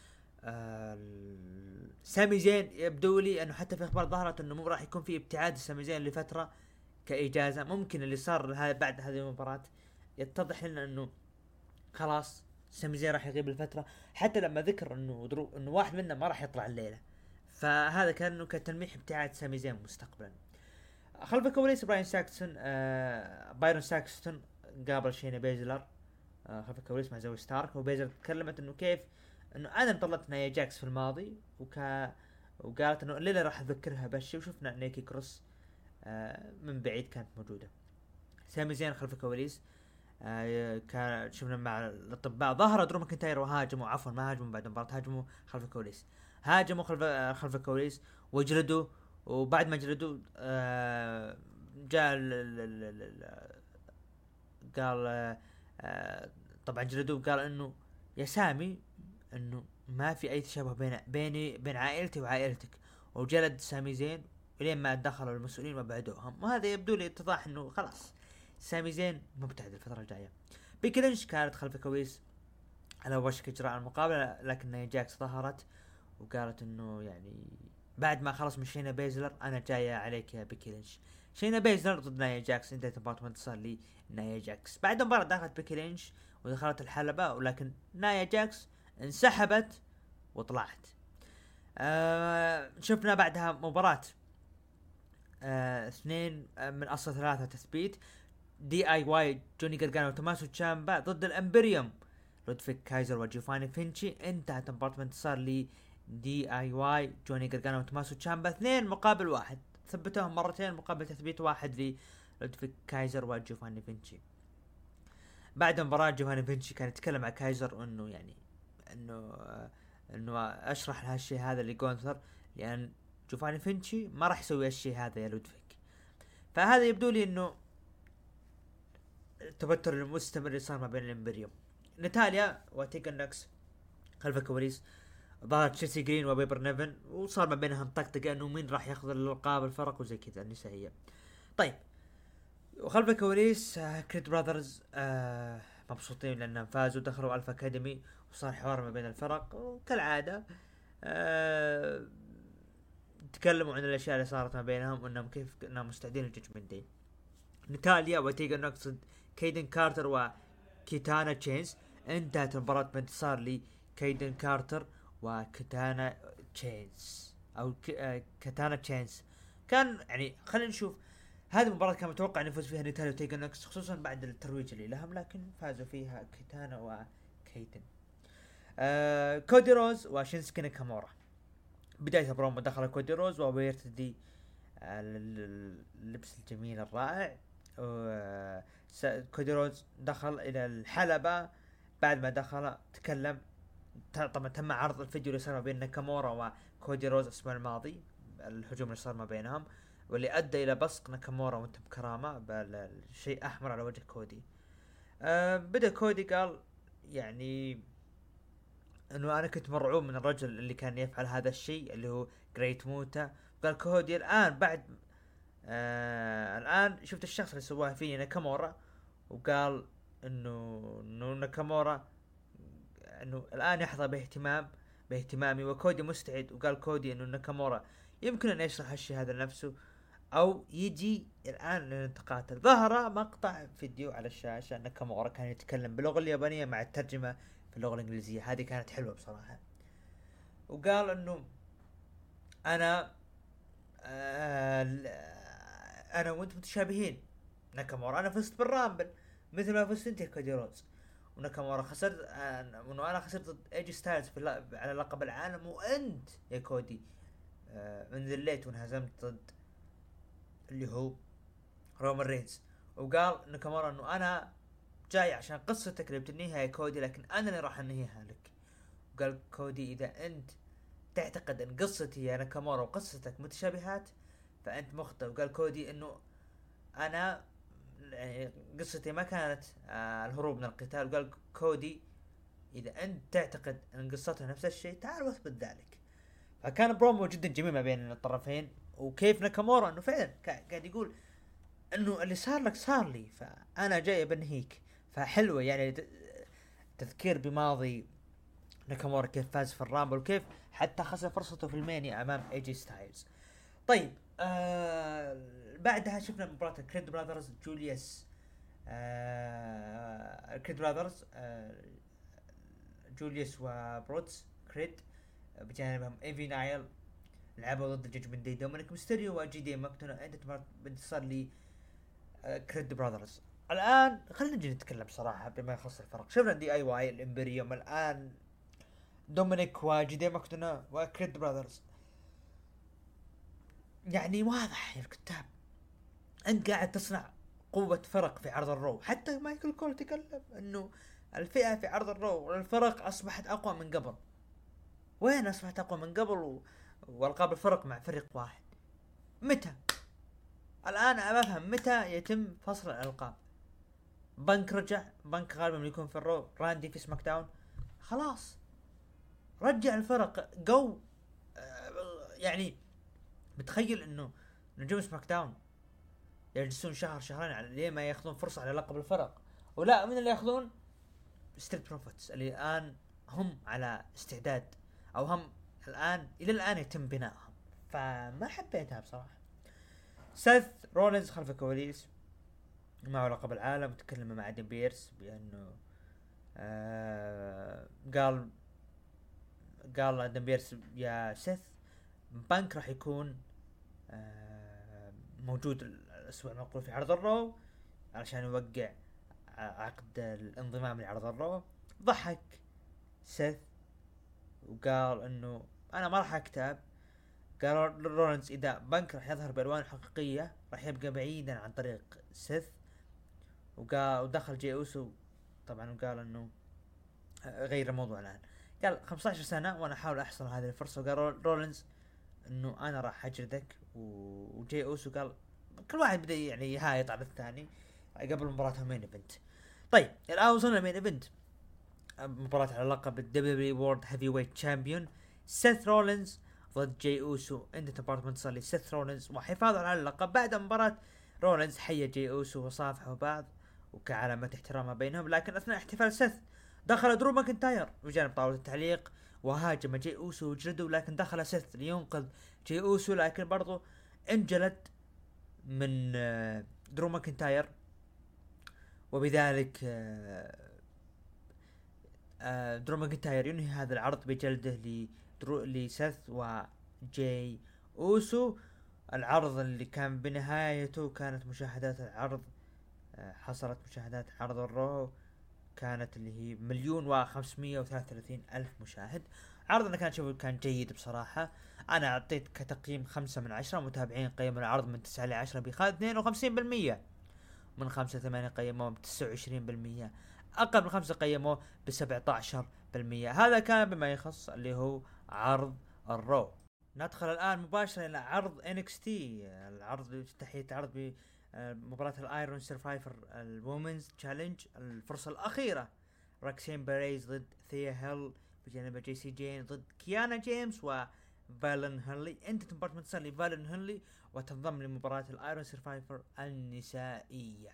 سامي زين يبدو لي انه حتى في اخبار ظهرت انه مو راح يكون في ابتعاد سامي زين لفترة كاجازة. ممكن اللي صار بعد هذه المباراة يتضح لنا انه خلاص سامي زين راح يغيب الفترة، حتى لما ذكر انه واحد منا ما راح يطلع الليلة، فهذا كان كتلميح ابتعاد سامي زين مستقبلا. خلف الكواليس بايرون ساكستون قابل شينا بيزلر خلف الكواليس مع زوي ستارك، وبيزلر تكلمت انه كيف انه انا طلعت نايا جاكس في الماضي وقالت انه الليله راح اذكرها بشي، وشفنا نيكي كروس من بعيد كانت موجوده. سامي زين خلف الكواليس كان شفنا مع الاطباء ظهر درو ماكنتاير وهاجموا، عفوا ما هاجموا بعد المباراة، هاجموا خلف الكواليس، هاجموا خلف الكواليس وجلدوا. وبعد ما جلدوا جاء قال طبعا جلدوا قال انه يا سامي انه ما في اي تشابه بين عائلتي وعائلتك، وجلد سامي زين ولين ما دخلوا المسؤولين وبعدوهم. وهذا يبدو لي اتضاح انه خلاص سامي زين مبتعد الفترة الجاية. بيكي لينش كانت خلف الكواليس على وشك اجراء المقابلة، لكن نايا جاكس ظهرت وقالت انه يعني بعد ما خلص من شينا بيزلر انا جاية عليك يا بيكي لينش. شينا بيزلر ضد نايا جاكس، انت تبغى منتصر لي نايا جاكس. بعد المباراة دخلت بيكي لينش ودخلت الحلبة، ولكن نايا جاكس انسحبت وطلعت. شفنا بعدها مباراة اثنين من اصل ثلاثة تثبيت، دي اي واي جوني غارغانو وتوماسو تشامبا ضد الامبريوم لودفيك كايزر وجيوفاني فينشي. انتهت مباراة انتصار لي دي اي واي جوني غارغانو وتوماسو تشامبا 2-1، ثبتوهم مرتين مقابل تثبيت واحد لودفيك كايزر وجيوفاني فينشي. بعد مباراة جيوفاني فينشي كان يتكلم مع كايزر وانه يعني انه اشرح لها الشيء هذا لجونثر، لان جيوفاني فينشي ما راح يسوي الشيء هذا يا لودفيك. فهذا يبدو لي انه التوتر المستمر اللي صار ما بين الامبريوم. ناتاليا وتيجن نوكس خلف الكواليس ظهرت تشيلسي جرين وبيبر نيفن، وصار ما بينهم طقطقه انه مين راح ياخذ الالقاب الفرق وزي كذا النسائيه. طيب وخلف الكواليس كريد براذرز مبسوطين لانهم فازوا، دخلوا الفا اكاديمي وصار حوار ما بين الفرق، وكالعاده تكلموا عن الاشياء اللي صارت ما بينهم وانهم كيف انهم مستعدين للججمنت داي. ناتاليا وتيجن نوكس كايدن كارتر وكيتانا تشينز. انتهت المباراة بانتصار لي كايدن كارتر وكيتانا تشينز او كاتانا تشينز. كان يعني خلينا نشوف هذه المباراة كان متوقع ان يفوز فيها نيتالو تيجا نوكس خصوصا بعد الترويج اللي لهم، لكن فازوا فيها كيتانا وكيتن. كودي روز وشينسكي ناكامورا. بداية برومو دخل كودي روز وبيرتدي اللبس الجميل الرائع. كودي روز دخل الى الحلبة. بعد ما دخل تكلم، طبعا تم عرض الفيديو اللي صار ما بين ناكامورا وكودي روز الاسبوع الماضي، الهجوم اللي صار ما بينهم واللي ادى الى بصق ناكامورا وانت بكرامة بالشيء احمر على وجه كودي. بدأ كودي قال يعني انه انا كنت مرعوب من الرجل اللي كان يفعل هذا الشيء اللي هو جريت موتا. قال كودي الان بعد الان شفت الشخص اللي سواها فيني ناكامورا، وقال انه ناكامورا انه الان يحظى باهتمامي وكودي مستعد. وقال كودي انه ناكامورا يمكن ان يشرح الشيء هذا لنفسه او يجي الان لنتقاتل. ظهر مقطع فيديو على الشاشة ناكامورا كان يتكلم باللغة اليابانية مع الترجمة في اللغة الانجليزية، هذه كانت حلوة بصراحة. وقال انه انا انا وانت متشابهين ناكامورا، انا فزت بالرامبل مثل ما فزت انت يا كودي روز. وناكامورا خسرت انه انا خسرت ضد ايجي ستايلز على لقب العالم، وانت يا كودي انذليت وانهزمت ضد اللي هو رومان رينز. وقال ناكامورا انه انا جاي عشان قصتك اللي بتنهيها يا كودي، لكن انا اللي راح انهيها لك. وقال كودي اذا انت تعتقد ان قصتي يا ناكامورا وقصتك متشابهات فانت مخطئ. وقال كودي انه انا يعني قصتي ما كانت الهروب من القتال. وقال كودي اذا انت تعتقد ان قصتها نفس الشيء تعال واثبت ذلك. فكان برومو جدا جميل ما بين الطرفين، وكيف ناكامورا انه فعلا قاعد يقول انه اللي صار لك صار لي فانا جاي بنهيك. فحلوه يعني تذكير بماضي ناكامورا كيف فاز في الرامبل وكيف حتى خسر فرصته في المانيا امام ايجي ستايلز. طيب بعدها شفنا مباراة كريد براذرز جوليوس كريد براذرز جوليوس وبروتس كريد بجانبهم ايفي نايل لعبوا ضد جاجمنت داي دومينيك ميستيريو وجي دي ماكتونا. عندنا بانتصار لي كريد براذرز. الان خلينا نجي نتكلم صراحة بما يخص الفرق. شفنا دي اي واي الامبريوم، الان دومينيك وجي دي ماكتونا وكريد براذرز. يعني واضح يا الكتاب انت قاعد تصنع قوة فرق في عرض الرو. حتى مايكل كول تكلم انه الفئة في عرض الرو والفرق اصبحت اقوى من قبل. وين اصبحت اقوى من قبل والقاب الفرق مع فريق واحد؟ متى؟ الان ابى افهم متى يتم فصل الالقاب. بنك رجع، بنك غالبا يكون في الرو، راندي في سماك داون. خلاص رجع الفرق جو. يعني متخيل انه نجوم سماك داون يجلسون شهر شهرين على ليه ما ياخذون فرصة على لقب الفرق؟ ولا من اللي ياخذون ستريت بروفيتس اللي الان هم على استعداد او هم الان الى الان يتم بنائهم. فما حبيتها بصراحة. سيث رولينز خلف الكواليس معه لقب العالم وتكلم مع ادم بيرس بانه قال ادم بيرس يا سيث بانك راح يكون موجود الاسبوع المقبل في عرض الرو علشان يوقع عقد الانضمام لعرض الرو. ضحك سيث وقال انه انا ما راح اكتب. قال رولينز اذا بانك راح يظهر بالوان حقيقية راح يبقى بعيدا عن طريق سيث. وقال ودخل جي اوسو طبعا وقال انه غير الموضوع الان. قال 15 سنة وانا احاول احصل هذه الفرصة. وقال رولينز انه انا راح اجلدك. وجي اوسو قال كل واحد بدا يعني يهايط على الثاني قبل مباراة المين ايفنت. طيب الان وصلنا المين ايفنت، مباراة على لقب الدبليو وورد هيفي ويت تشامبيون سيث رولينز ضد جي اوسو. عند ديبارتمنت صار لي سيث رولينز وحفاظا على اللقب. بعد مباراة رولينز حيا جي اوسو وصافحوا بعض وكعلامة احترام بينهم، لكن اثناء احتفال سيث دخل درو ماكنتاير بجانب طاولة التعليق وهاجم جي اوسو وجلده، لكن دخل سيث لينقذ جي اوسو لكن برضو انجلد من درو ماكنتاير. وبذلك درو ماكنتاير ينهي هذا العرض بجلده لسيث وجي اوسو. العرض اللي كان بنهايته كانت مشاهدات العرض حصلت مشاهدات عرض الرو كانت اللي هي 1,533,000 مشاهد. عرضنا كان شوف كان جيد بصراحة. أنا أعطيت كتقييم 5 من 10. متابعين قيموا العرض من 9 ل10 بيخاد 52%. من 5 8 قيموه ب29%. أقل من 5 قيموه ب17%. هذا كان بما يخص اللي هو عرض الرو. ندخل الآن مباشرة إلى عرض NXT. العرض افتتاحية عرض بمباراة الآيرون سيرفايفر الوومنز تشالنج الفرصة الأخيرة. راكسين بيريز ضد ثيا هيل بجانب جي سي جين ضد كيانا جيمس وفالن هنلي. انت مباراة منتصر لفالن هنلي وتنضم لمباراة الآيرون سيرفايفر النسائية.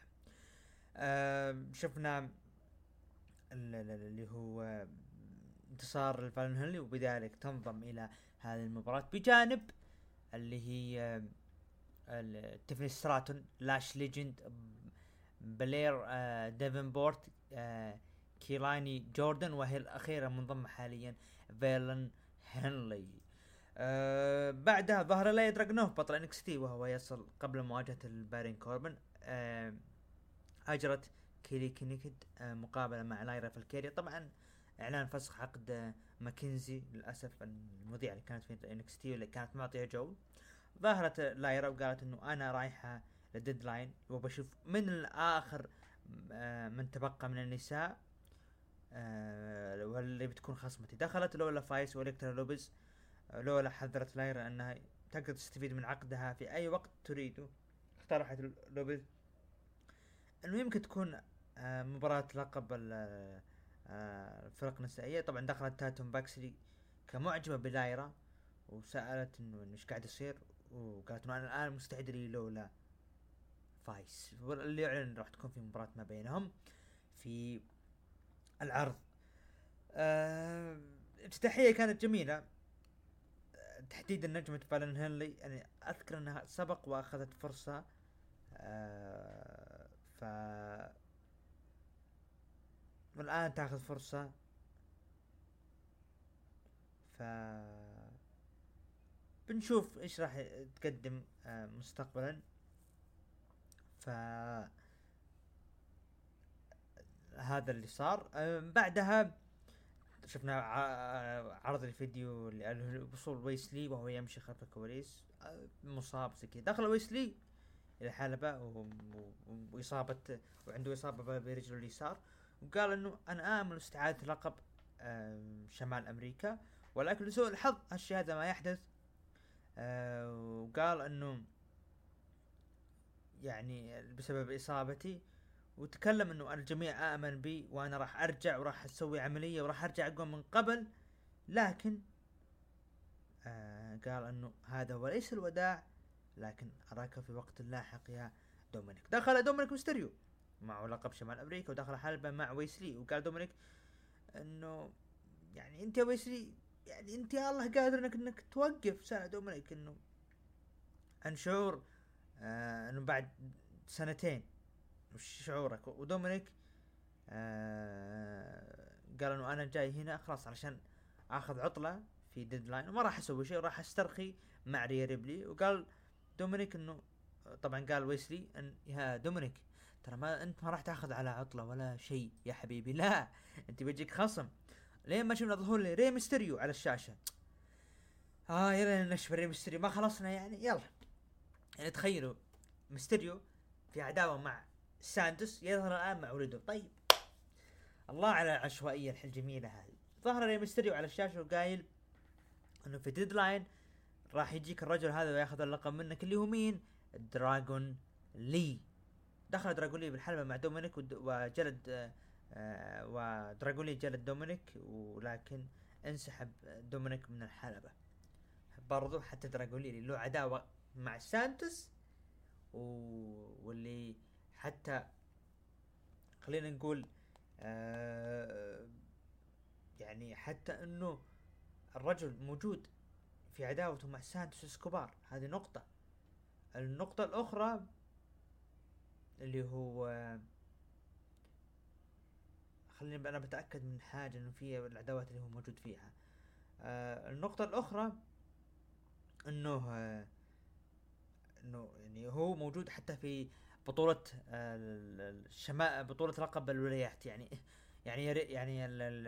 شفنا اللي هو انتصار لفالن هنلي وبذلك تنضم إلى هذه المباراة بجانب اللي هي تيفني ستراتون لاش ليجند بلير ديفنبورت كيلاني جوردن وهي الأخيرة منضمة حاليا فيلن هنلي. بعدها ظهر لي دراجنوف بطل انكستي وهو يصل قبل مواجهة البارين كوربن. أجرت كيلي كينيكد مقابلة مع لايرا فالكيريا. طبعا اعلان فسخ عقد ماكنزي للاسف المذيعة اللي كانت في انكستي واللي كانت معطية جو. ظهرت لايرا وقالت انه انا رايحة للديدلاين وبشوف من الاخر من تبقى من النساء واللي بتكون خصمتي. دخلت لولا فايس والكترا لوبيز. لولا حذرت لايرا انها تقدر تستفيد من عقدها في اي وقت تريده. اقترحت لوبيز انه يمكن تكون مباراة لقب الفرق النسائية. طبعا دخلت تاتوم باكسلي كمعجبة بلايرا وسألت انه ايش قاعد يصير وقالت انه انا الان مستعد لي لولا فايس. اللي يعلن راح تكون في مباراة ما بينهم في العرض. افتتاحية كانت جميلة. تحديد النجمة فالن هنلي يعني اذكر انها سبق واخذت فرصة ف والآن تاخذ فرصة. ف بنشوف ايش راح تقدم مستقبلا. ف هذا اللي صار. بعدها شفنا عرض الفيديو لوصول ويسلي وهو يمشي خلف الكواليس مصاب زي كذا. دخل ويسلي الى الحلبة واصابة وعنده اصابة برجله اليسار وقال انه انا امل استعادة لقب شمال امريكا ولكن لسوء الحظ هالشيء هذا ما يحدث. وقال انه يعني بسبب اصابتي وتكلم انه الجميع امن بي وانا راح ارجع وراح اسوي عملية وراح ارجع اقوى من قبل. لكن قال انه هذا هو ليس الوداع لكن اراك في وقت لاحق يا دومينيك. دخل دومينيك ميستيريو معه لقب شمال امريكا ودخل حلبة مع ويسلي وقال دومينيك انه يعني انت يا ويسلي يعني انت يا الله قادر انك توقف سنة دومينيك انه عن شعور انه بعد سنتين وش شعورك. ودومينيك قال انه انا جاي هنا خلاص علشان اخذ عطلة في ديدلاين وما راح اسوي شيء وراح استرخي مع ريا ريبلي. وقال دومينيك انه طبعا قال ويسلي ان يا دومينيك ترى ما انت ما راح تاخذ على عطلة ولا شيء يا حبيبي لا انت بيجيك خصم لين ما شفنا ظهور لي ري ميستيريو على الشاشة. يلا نشوف ري ميستيريو ما خلصنا يعني يلا. يعني تخيلوا ميستيريو في عداوة مع ساندوس يظهر الآن مع ولده. طيب الله على العشوائية الجميلة هذه. ظهر ري ميستيريو على الشاشة وقايل انه في ديدلاين راح يجيك الرجل هذا وياخذ اللقب منك اللي هو مين دراغون لي. دخل دراغون لي بالحلبة مع دومينيك وجلد ودراغون لي جلد دومينيك ولكن انسحب دومينيك من الحلبة. برضو حتى دراغون لي له عداوة مع سانتوس واللي حتى خلينا نقول يعني حتى انه الرجل موجود في عداوته مع سانتوس اسكوبار. هذه نقطة. النقطة الاخرى اللي هو خليني انا بتأكد من حاجة انه في العداوات اللي هو موجود فيها. النقطة الاخرى انه انه يعني هو موجود حتى في بطولة الشمال، بطولة لقب الولايات يعني. يعني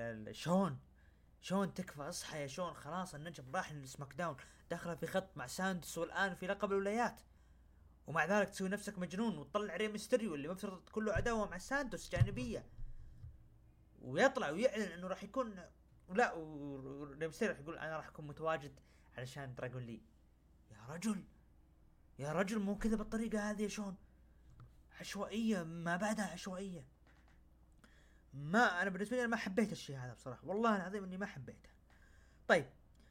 شون تكفى، اصحى يا شون، خلاص النجم راح للسماك داون، دخل في خط مع ساندس والان في لقب الولايات، ومع ذلك تسوي نفسك مجنون وتطلع ري ميستيريو اللي مفترض كله عداوة مع ساندوس جانبية، ويطلع ويعلن انه راح يكون، لا وري ميستيريو راح يقول انا راح اكون متواجد علشان دراجون لي. يا رجل، يا رجل مو كذا بالطريقة هذه يا شون، عشوائية ما بعدها عشوائية. ما انا بالنسبة لي ما حبيت الشيء هذا بصراحة، والله العظيم اني ما حبيته. طيب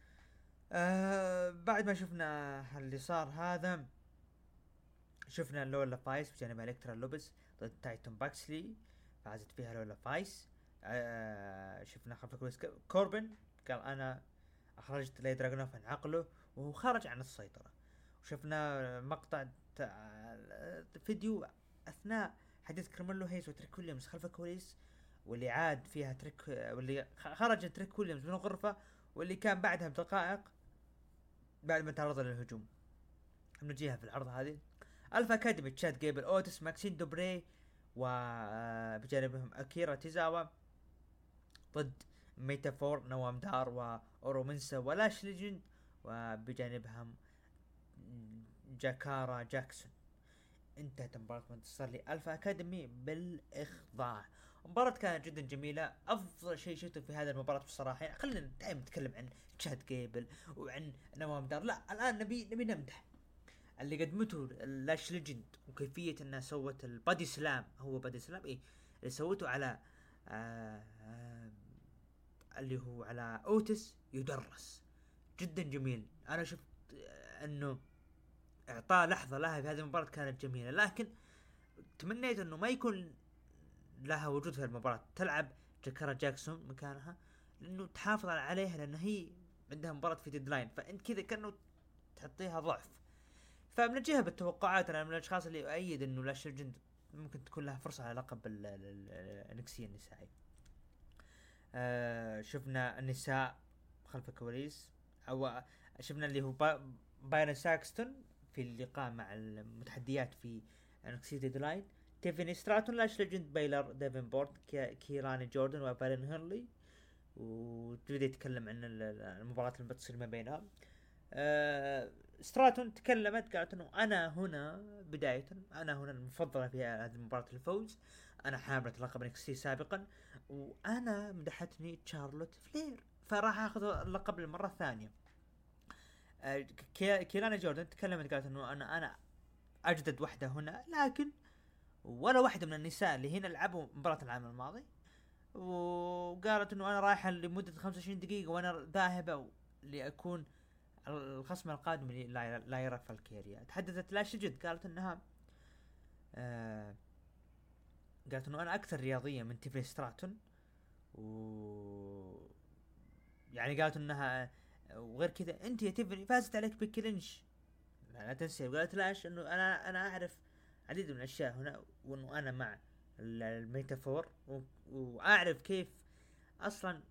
بعد ما شفنا اللي صار هذا، شفنا لولا فايس بجانب الكترا لوبس ضد تايتون باكسلي، فازت فيها لولا فايس. شفنا خلف الكواليس كوربن قال انا اخرجت لي دراجونوف عن عقله وهو خارج عن السيطرة. وشفنا مقطع فيديو اثناء حديث كارميلو هيز وتريك ويليامز خلف الكواليس، واللي عاد فيها تريك، واللي خرج تريك ويليامز من الغرفة، واللي كان بعدها بدقائق بعد ما تعرض للهجوم. بنجيها في العرض هذه الفا اكاديمي، تشاد جيبل، اوتس، ماكسين دوبري، وبجانبهم اكيرا تيزاوا ضد ميتافور، نوام دار، واورومنسا، ولاش ليجند، وبجانبهم جاكارا جاكسون. انتهت مباراة وانتصار لألفا أكاديمي بالإخضاع. مباراة كانت جدا جميلة، أفضل شيء شفته في هذه المباراة بصراحة. يعني خلينا دائما نتكلم عن تشاد جيبل وعن نوام دار، لا الآن نبي نمدح اللي قدمته لاش ليجند، وكيفية انها سوت البادي سلام، هو بادي سلام ايه اللي سوته على اللي هو على اوتس، يدرس جدا جميل. انا شفت انه اعطاء لحظة لها في هذه المباراة كانت جميلة، لكن تمنيت انه ما يكون لها وجود في المباراة، تلعب جاكارا جاكسون مكانها، لانه تحافظ عليها، لان هي عندها مباراة في ديدلاين، فانت كذا كأنه تحطيها ضعف. فبنجيها بالتوقعات. انا من الاشخاص اللي اؤيد انه لاش ليجند ممكن تكون لها فرصة على لقب النكسية النسائي. شفنا النساء خلف الكواليس، او شفنا اللي هو بايرن ساكستون في اللقاء مع المتحديات في نكسية ديدلاين، تيفيني ستراتون، لاش ليجند، بايلر، ديفنبورت، كيراني جوردن، وبارين هيرلي. وتبدأ يتكلم عن المباراة اللي بتصير ما بينها. ستراتون تكلمت قالت انه انا هنا بداية، انا هنا المفضلة في هذه المباراة الفوز، انا حاملة لقب نكسي سابقا، وانا مدحتني تشارلوت فلير فراح اخذ اللقب للمرة الثانية. كيلانا جوردن تكلمت قالت انه انا اجدد واحدة هنا، لكن ولا واحدة من النساء اللي هنا لعبوا مباراة العام الماضي. وقالت انه انا رايحة لمدة 25 دقيقة وانا ذاهبة لأكون الخصم القادم اللي لا يرى فالكيريا. تحدثت لاش جد، قالت انها قالت انه انا اكثر رياضية من تيفي ستراتون، و يعني قالت انها وغير كذا انت يا تيفني فازت عليك بكلينش، لا تنسي. وقالت لاش انه انا اعرف عديد من الاشياء هنا، وانه انا مع الميتافور، واعرف كيف اصلا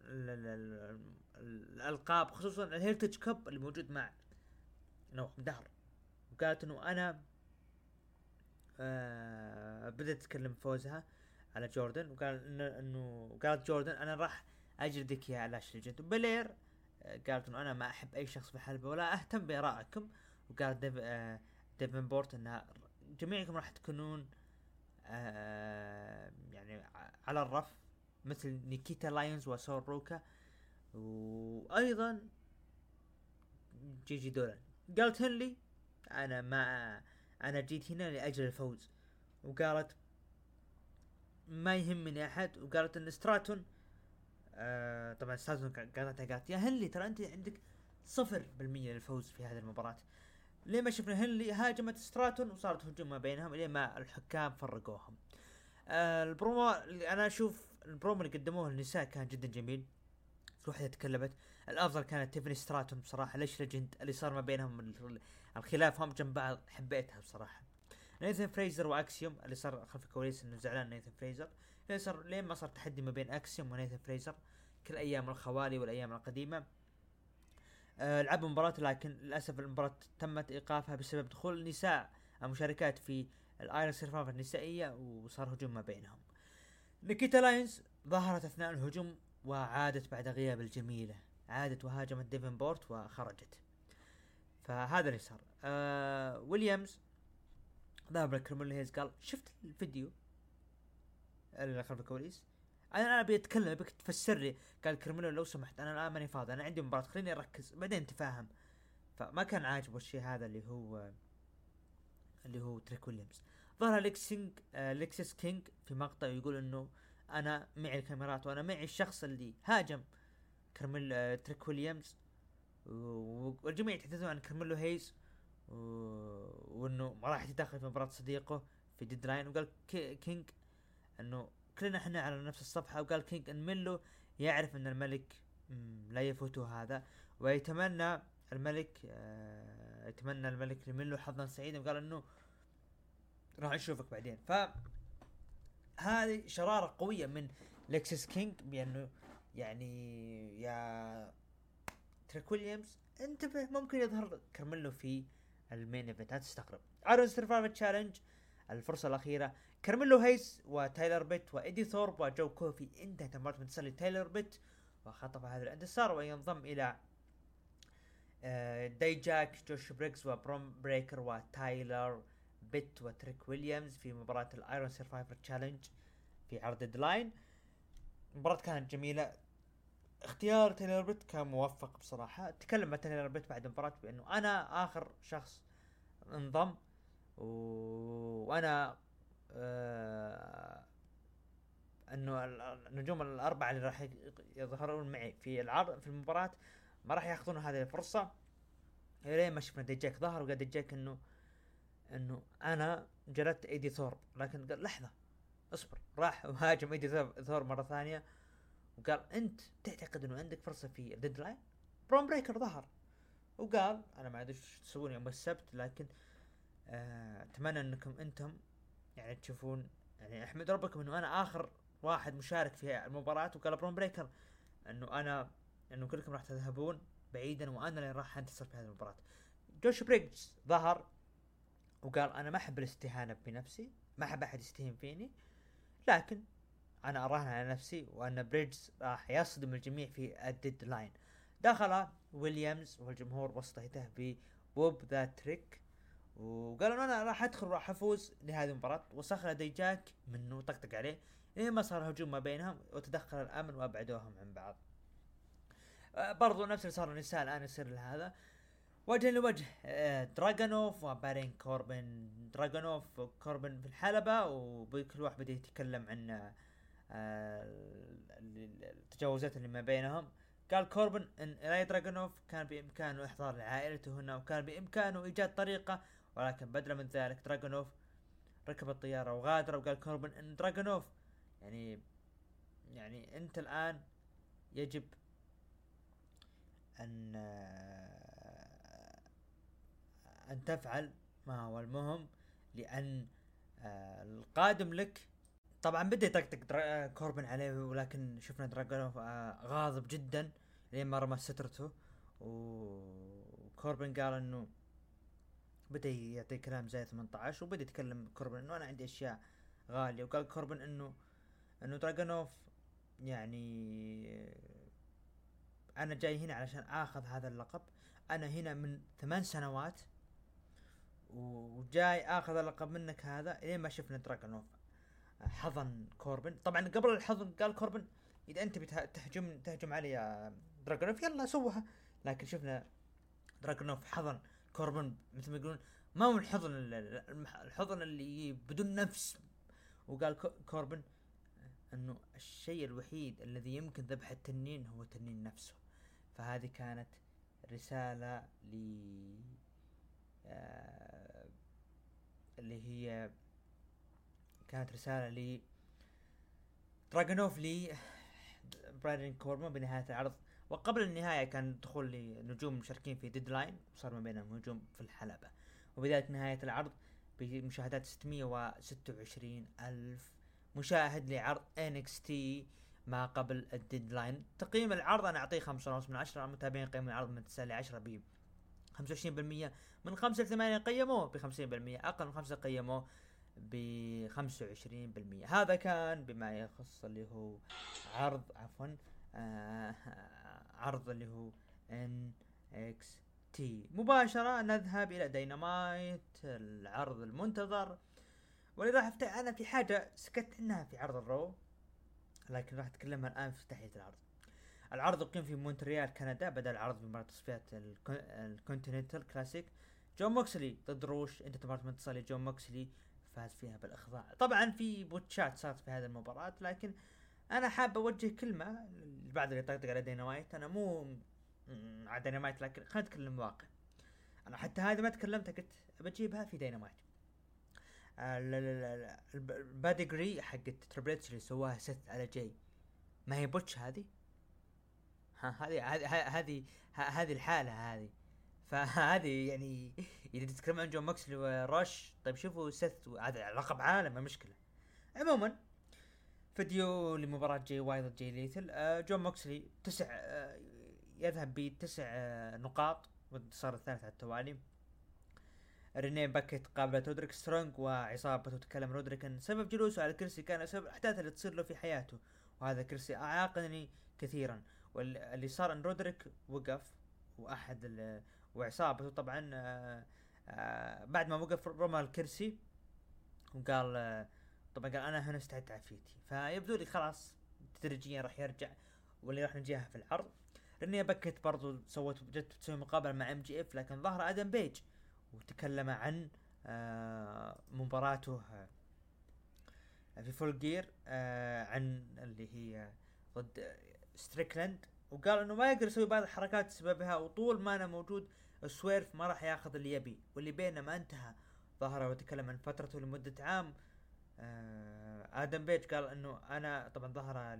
الالقاب، خصوصا الهيرتج كاب اللي موجود مع نوح دهر. وقالت انه انا بدأت تتكلم فوزها على جوردن، وقال انه قالت جوردن انا راح اجلدك يا لاش ليجند. وبلير قالت انه انا ما احب اي شخص في الحلبة ولا اهتم بارائكم. وقالت ديفن بورت انها جميعكم راح تكونون يعني على الرف مثل نيكيتا لايونز وسور روكا، وايضا جيجي دولان. قالت هنلي انا جيت هنا لاجل الفوز. وقالت ما يهمني احد. وقالت ان ستراتون طبعا ستراتون قالت يا هنلي ترى انت عندك 0% للفوز في هذه المباراة. ليه ما شفنا هنلي هاجمت ستراتون وصارت هجوم ما بينهم ليه ما الحكام فرقوهم. البرومو اللي انا اشوف البرومو اللي قدموه النساء كان جدا جميل. في وحده تكلمت الافضل كانت تيفني ستراتون بصراحه، ليش ليجند اللي صار ما بينهم الخلاف هم جنب بعض حبيتها بصراحه. نيثن فريزر واكسيوم اللي صار خلف الكواليس انه زعلان نيثن فريزر، صار لين ما صار تحدي ما بين اكسيوم ونيثن فريزر كل ايام الخوالي والايام القديمه. لعبوا مباراة، لكن للأسف المباراة تمت إيقافها بسبب دخول النساء المشاركات في الآيرون سيرفايفر النسائية، وصار هجوم ما بينهم. نيكيتا لاينز ظهرت أثناء الهجوم وعادت بعد غياب الجميلة، عادت وهاجمت ديفنبورت وخرجت. فهذا اللي صار. ويليامز ذهب لكريميلو هيز قال شفت الفيديو اللي خلف الكواليس، انا ابي اتكلم، ابيك تفسر لي. قال كريميلو لو سمحت انا الان ماني فاضي، انا عندي مباراة، خليني اركز بعدين تفاهم. فما كان عاجبه الشيء هذا اللي هو تريك ويليامز. ظهر ليكسيس كينج في مقطع يقول انه انا معي الكاميرات وانا معي الشخص اللي هاجم تريك ويليامز، والجميع يتحدثون عن كارميلو هيز وانه ما راح يتدخل في مباراة صديقه في ديدلاين. وقال كينج انه كلنا احنا على نفس الصفحة، وقال كينج ان ميلو يعرف ان الملك لا يفوته هذا، ويتمنى الملك لميلو حظا سعيدا، وقال انه راح نشوفك بعدين. هذه شرارة قوية من لكسس كينج بانه يعني يا تريك ويليامز انتبه، ممكن يظهر كارميلو في المين ايفنت، لا تستغرب. ايرون سيرفايفر تشالنج الفرصة الأخيرة، كارميلو هيس وتايلر بيت وإيدي ثورب وجو كوفي انتهت المباراة بانتصار لتايلر بيت وخطف هذا الانتصار، وينضم إلى داي جاك، جوش بريكس وبروم بريكر وتايلر بيت وتريك ويليامز في مباراة الايرون سيرفايفر تشالنج في عرض ديدلاين. المباراة كانت جميلة، اختيار تايلر بيت كان موفق بصراحة. تكلم مع تايلر بيت بعد المباراة بأنه أنا آخر شخص انضم وأنا أنه النجوم الأربعة اللي راح يظهرون معي في العرض في المباراة ما راح ياخذون هذه الفرصة. لين ما شفنا ديجاك ظهر، وقال ديجاك انه انا جلدت ايدي ثورب، لكن قال لحظة اصبر، راح وهاجم ايدي ثورب مرة ثانية وقال انت تعتقد انه عندك فرصة في الديدلاين؟ برون بريكر ظهر وقال انا ما ادري ايش تسوون يوم السبت، لكن اتمنى انكم انتم يعني تشوفون، يعني احمد ربكم انه انا اخر واحد مشارك في المباراة. وقال برون بريكر انه كلكم راح تذهبون بعيدا وانا اللي راح انتصر في هذه المباراة. جوش بريكس ظهر وقال انا ما احب الاستهانة بنفسي، ما احب احد يستهين فيني، لكن انا اراهن على نفسي وان بريدجز راح يصدم الجميع في الديدلاين. دخل ويليامز والجمهور وسطه بوب ذا تريك، وقالوا انا راح ادخل راح افوز لهذه المباراة، وسخر ديجاك منه طقطق عليه لين ما صار هجوم ما بينهم وتدخل الامن وابعدوهم عن بعض. برضو نفس اللي صار النساء الان يصير لهذا وجه لوجه. دراغونوف وبارين كوربن، دراغونوف وكوربن في الحلبة، وكل واحد بدا يتكلم عن التجاوزات اللي ما بينهم. قال كوربن ان راي دراغونوف كان بامكانه احضار لعائلته هنا، وكان بامكانه ايجاد طريقة، ولكن بدلا من ذلك دراغونوف ركب الطيارة وغادر. وقال كوربن ان دراغونوف يعني انت الان يجب ان تفعل ما هو المهم، لان القادم لك. طبعا بدي يطقطق كوربن عليه، ولكن شفنا دراغونوف غاضب جدا لين ما رمى سترته، وكوربن قال انه بدا يعطي كلام زي 18، وبدا يتكلم كوربن انه انا عندي اشياء غالية. وقال كوربن انه دراغونوف يعني انا جاي هنا علشان اخذ هذا اللقب، انا هنا من 8 سنوات وجاي اخذ اللقب منك هذا. لين ما شفنا دراغونوف حضن كوربن. طبعا قبل الحضن قال كوربن اذا انت تهجم علي يا دراغونوف يلا سوها، لكن شفنا دراغونوف حضن كوربن مثل ما يقولون ما هو الحضن اللي بدون نفس. وقال كوربن انه الشيء الوحيد الذي يمكن ذبح التنين هو التنين نفسه. فهذه كانت رسالة اللي هي كانت رسالة لي دراغونوف لي براين كوربن بنهاية العرض. وقبل النهاية كان دخول لنجوم مشاركين في ديدلاين، وصار ما بينهم هجوم في الحلبة. وبداية نهاية العرض بمشاهدات 626 ألف مشاهد لعرض NXT ما قبل الديدلاين. تقييم العرض انا اعطيه 5.5/10. المتابعين قيموا العرض من 9 ل 10 ب 25%، من 5 ل 8 قيموه ب 50%، اقل من 5 قيموه ب 25%. هذا كان بما يخص اللي هو عرض عرض اللي هو NXT. مباشرة نذهب الى داينامايت، العرض المنتظر، واللي راح انا في حاجة سكت عنها في عرض الرو، لكن راح اتكلم الان في تحية العرض. العرض أقيم في مونتريال كندا، بدأ العرض بمباراة تصفيات الكونتيننتال كلاسيك. جون موكسلي ضد روش، انت مباراة انتصار لجون موكسلي فاز فيها بالإخضاع. طبعا في بوتشات صارت في هذه المباراة، لكن أنا حاب أوجه كلمة لبعض اللي يطقطق على دينامايت. أنا مو على دينامايت، لكن خلينا نتكلم واقع. أنا حتى هذا ما تكلمت، قلت بجيبها في دينامايت. الباديجري حقت تريبل اللي سواها ست على جاي، ما هي بوتش هذه؟ هذه الحالة هذه. فهذه يعني اذا تتكلم عن جون موكسلي وروش، طيب شوفوا سيث، هذا لقب عالم، ما مشكلة. عموما فيديو لمباراة جاي واي ضد جاي ليثل. جون موكسلي يذهب ب9 نقاط والانتصار الثالث على التوالي. رينيه باكيت قابلت رودريك سترونج وعصابته. تكلم رودريك ان سبب جلوسه على الكرسي كان سبب الاحداث اللي تصير له في حياته، وهذا الكرسي اعاقني كثيرا. واللي صار ان رودريك وقف وعصابته طبعا بعد ما وقف رمى الكرسي وقال طبعا قال انا هنا استعدت عافيتي. فيبدو لي خلاص تدريجيا راح يرجع، واللي راح نجيها في العرض. رينيه باكيت برضو جت تسوي مقابله مع MJF، لكن ظهر ادم بيج وتكلم عن مباراته في فول جير عن اللي هي ضد ستريكلاند، وقال انه ما يقدر يسوي بعض الحركات بسببها، وطول ما انا موجود السويرف ما راح ياخذ اللي يبي، واللي بينما انتهى. ظهر وتكلم عن فترته لمدة عام. ادم بيج قال انه انا طبعا ظهر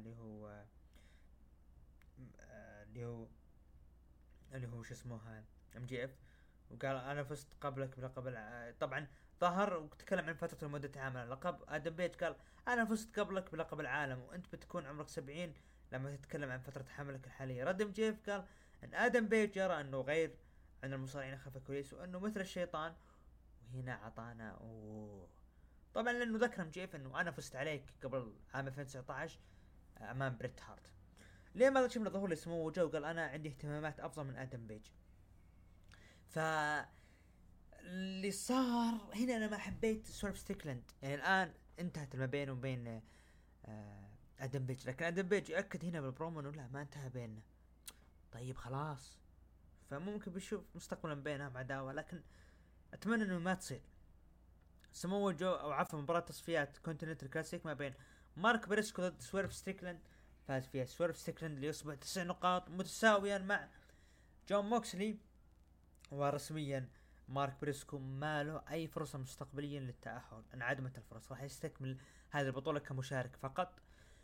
اللي هو شو اسمه MJF، وقال انا فزت قبلك بلقب طبعا ظهر وتكلم عن فترته لمدة عام على اللقب. ادم بيج قال انا فزت قبلك بلقب العالم وانت بتكون عمرك 70 لما تتكلم عن فترة حملك الحالية. رد MJF قال ان ادم بيج يرى انه غير عن المصارعين خلف الكواليس، وانه مثل الشيطان. وهنا عطانا طبعا لانه ذكر MJF انه انا فزت عليك قبل عام 2019 امام بريت هارت. ليه ما شفنا ظهور لسمو وجه وقال انا عندي اهتمامات افضل من ادم بيج. ف اللي صار هنا انا ما حبيت سولف ستيكلاند. يعني الان انتهت ما بينه وبين ادم بيج، لكن ادم بيج ياكد هنا بالبرومو انه لا ما انتهى بيننا. طيب خلاص، فممكن بنشوف مستقبلا بينهم عداوه، لكن اتمنى انه ما تصير. سمو جو او عفوا مباراة تصفيات كونتيننتال كلاسيك ما بين مارك بريسكو ضد سويرف ستيكلاند. فاز فيها سويرف ستيكلاند ليصبح 9 نقاط متساويا مع جون موكسلي. ورسميا مارك بريسكو ما له اي فرصة مستقبليا للتأهل، انعدمت الفرص، راح يستكمل هذه البطولة كمشارك فقط.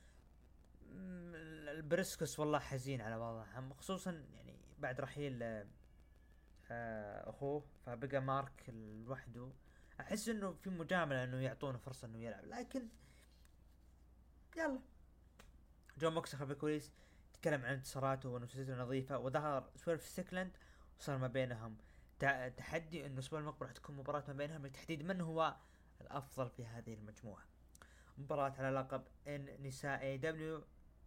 البريسكوس والله حزين على وضعهم، خصوصا يعني بعد رحيل اخوه، فبقى مارك لوحده. احس انه في مجاملة انه يعطونه فرصة انه يلعب، لكن يلا. جون موكس خلف الكواليس تكلم عن انتصاراته ونفسيته نظيفة، وظهر سويرف ستيكلاند وصار ما بينهم تحدي انه الاسبوع المقبل راح تكون مباراة ما بينهم لتحديد من هو الافضل في هذه المجموعة. مباراة على لقب نساء AW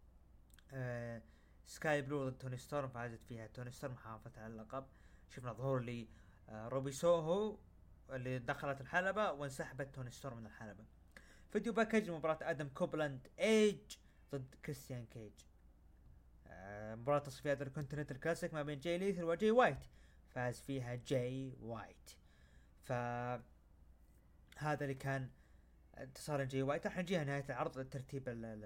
سكاي بلو ضد توني ستورم، فازت فيها توني ستورم، حافظت على اللقب. شفنا ظهور لي روبي سوهو اللي دخلت الحلبة وانسحبت توني ستورم من الحلبة. فيديو باكج مباراة ادم كوبلاند ايج ضد كريستيان كيج. مباراة تصفيات الكونتيننتال كلاسيك ما بين جاي ليثل وجاي وايت، فاز فيها جاي وايت. ف هذا اللي كان انتصار جاي وايت. راح نجيها نهاية العرض الترتيب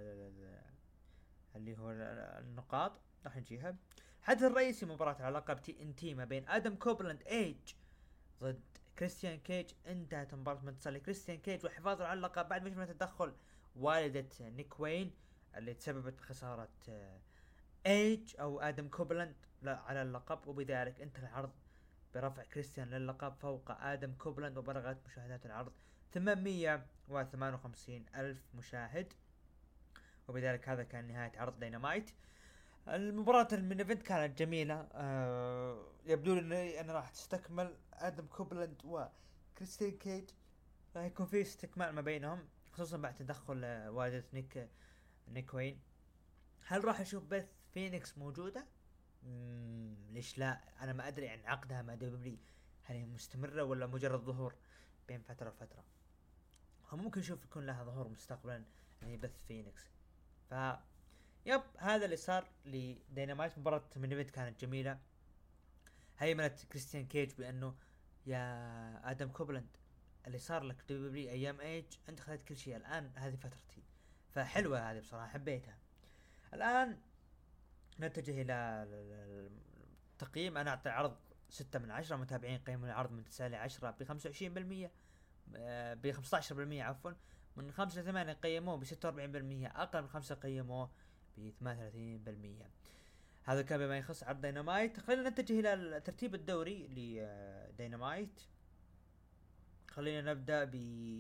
اللي هو النقاط راح نجيها. الحدث الرئيسي مباراة على لقب TNT ما بين ادم كوبلاند ايج ضد كريستيان كيج. انتهت مباراة من انتصار لكريستيان كيج وحفاظه على اللقب بعد ما شفنا تدخل والدة نيك وين اللي تسببت بخسارة ايج او ادم كوبلاند على اللقب، وبذلك انتهى العرض برفع كريستيان للقب فوق ادم كوبلاند، وبلغت مشاهدات العرض 858 ألف مشاهد. وبذلك هذا كان نهاية عرض داينامايت. المباراة المين ايفنت كانت جميلة. يبدو لي ان راح تستكمل ادم كوبلاند وكريستين كيج، راح يكون في استكمال ما بينهم خصوصا بعد تدخل والدة نيك وين. هل راح اشوف بث فينيكس موجودة؟ ليش لا؟ انا ما ادري عن عقدها مع دبليو، هل هي مستمرة ولا مجرد ظهور بين فترة وفترة؟ هم ممكن نشوف يكون لها ظهور مستقبلا يعني بث فينيكس. ف يب هذا اللي صار لدينامايت. مباراة من ايفنت كانت جميلة. هيمنت كريستيان كيج بانه يا ادم كوبلاند اللي صار لك دبليو ايام ايج انت خذت كل شيء، الان هذه فترتي. فحلوة هذه بصراحة حبيتها. الان نتجه الى التقييم. انا اعطي عرض 6/10. متابعين قيموا العرض من 9 ل10 ب25%، ب15% عفوا. من 5 ل 8 قيموه ب46%، اقل من 5 قيموه ب38%. هذا كان بما يخص عرض داينامايت. خلينا نتجه الى ترتيب الدوري لداينامايت. خلينا نبدا ب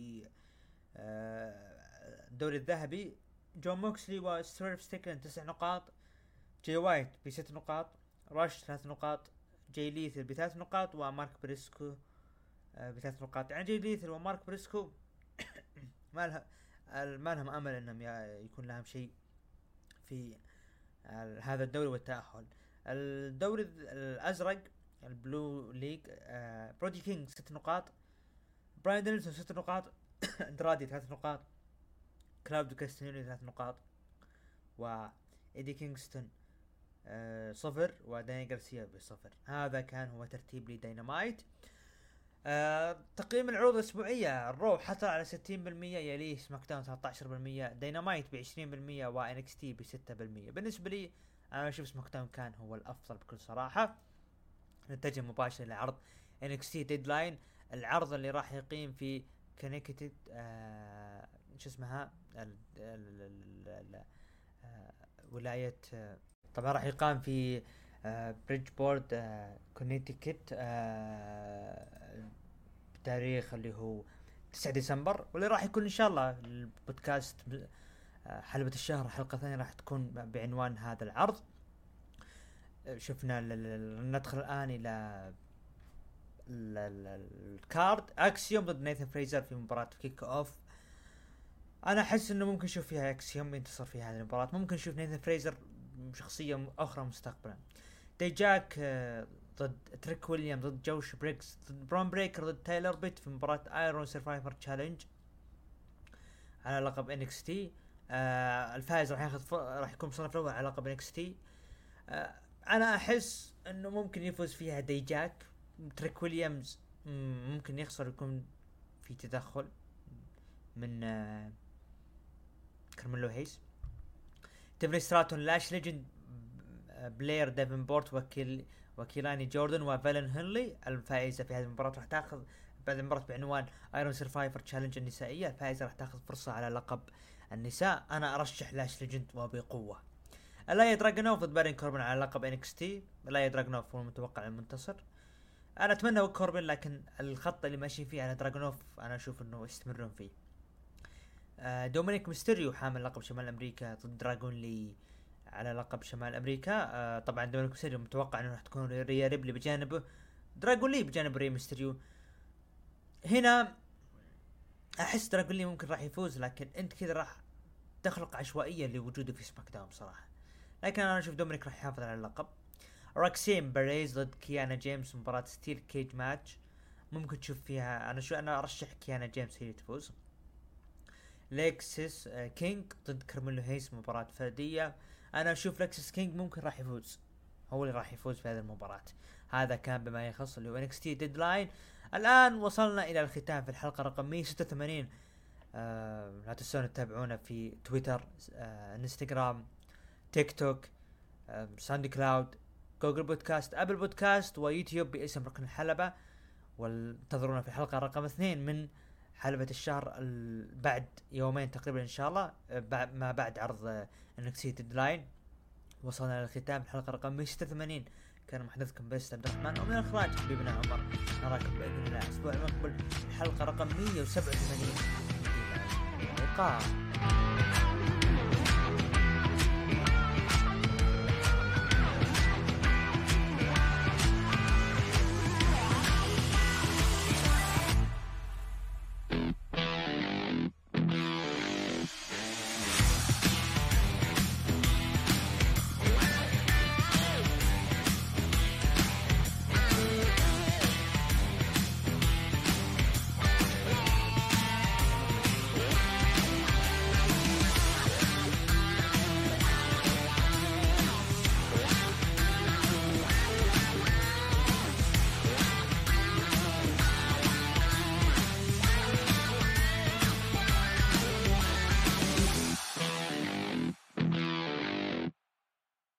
الدوري الذهبي. جون موكسلي وستيرف ستيكلين 9 نقاط، جي وايت ب6 نقاط، راش 3 نقاط، جي ليثل ب3 نقاط، ومارك بريسكو ب3 نقاط. يعني جي ليثل ومارك بريسكو ما لهم امل انهم يكون لهم شيء في هذا الدوري والتأهل. الدوري الازرق البلو ليج، برودي كينج 6 نقاط، براين دينيلسون 6 نقاط، اندرادي 3 نقاط، كلاوديو كاستانيولي 3 نقاط، وايدي كينغستون 0، وداني غارسيا ب0. هذا كان هو ترتيب لي داينامايت. تقييم العروض الاسبوعية: الرو حصل على 60%، يليه سماك داون 13%، داينامايت ب20%، وانكس تي ب6%. بالنسبة لي انا اشوف سماك داون كان هو الافضل بكل صراحة. نتجه مباشر لعرض انكس تي ديدلاين، العرض اللي راح يقيم في كونكتيكت شو اسمها ولاية، طبعا راح يقام في بريدجبورد كونكتيكت بتاريخ اللي هو 9 ديسمبر. واللي راح يكون ان شاء الله البودكاست حلبة الشهر حلقة ثانية راح تكون بعنوان هذا العرض. شفنا ندخل الان الى الكارد. اكسيوم ضد نايثن فريزر في مباراة كيك اوف. انا احس انه ممكن نشوف فيها اكسيوم ينتصر في هذه المباراة. ممكن نشوف نايثن فريزر شخصية اخرى مستقبلا. ديجاك ضد تريك ويليام ضد جوش بريكس ضد برون بريكر ضد تايلر بيت في مباراة ايرون سيرفايفر تشالنج على لقب انكس تي. الفائز راح يكون مصنف الاول على لقب انكس تي. انا احس انه ممكن يفوز فيها ديجاك. تريك ويليامز ممكن يخسر، يكون في تدخل من كارميلو هيس. تيفني ستراتون لاش ليجند بلاير ديفنبورت وكيلاني جوردن وفالن هنلي. الفائزة في هذه المباراة راح تاخذ بعد المباراة بعنوان ايرون سيرفايفر تشالنج النسائية. الفائزة راح تاخذ فرصة على لقب النساء. انا ارشح لاش ليجند وبقوة. الايا دراجونوف ضد بارين كوربن على لقب انكس تي. الايا دراجونوف هو المتوقع المنتصر. انا اتمنى هو كوربن، لكن الخط اللي ماشي فيه على دراجونوف انا اشوف انه يستمرون فيه. دومينيك ميستيريو حامل لقب شمال امريكا ضد دراجون لي على لقب شمال امريكا. طبعا دومينيك ميستيريو متوقع انه راح تكون ريا ريبلي بجانبه، دراجون لي بجانب ريا ميستيريو. هنا احس دراجون لي ممكن راح يفوز، لكن انت كذا راح تخلق عشوائية لوجوده في سماك داون بصراحة. لكن انا اشوف دومينيك راح يحافظ على اللقب. راكسين باريز ضد كيانا جيمس مباراة ستيل كيج ماتش. ممكن تشوف فيها انا ارشح كيانا جيمس هي تفوز. ليكسس كينج ضد كارميلو هيس مباراة فردية. انا اشوف ليكسس كينج ممكن راح يفوز، هو اللي راح يفوز في هذه المباراة. هذا كان بما يخص اللي هو NXT ديدلاين. الان وصلنا الى الختام في الحلقة رقم 186. لا تنسون تتابعونا في تويتر، انستغرام، تيك توك، ساوند كلاود، جوجل بودكاست، ابل بودكاست، ويوتيوب باسم ركن الحلبة. وانتظرونا في الحلقة رقم 2 من حلبة الشهر بعد يومين تقريبا ان شاء الله، ما بعد عرض NXT ديدلاين. وصلنا للختام الحلقة رقم 186. كان محدثكم بس عبد الرحمن، ومن الاخراج حبيبنا عمر. نراكم باذن الله الاسبوع المقبل الحلقة رقم 187. الى اللقاء.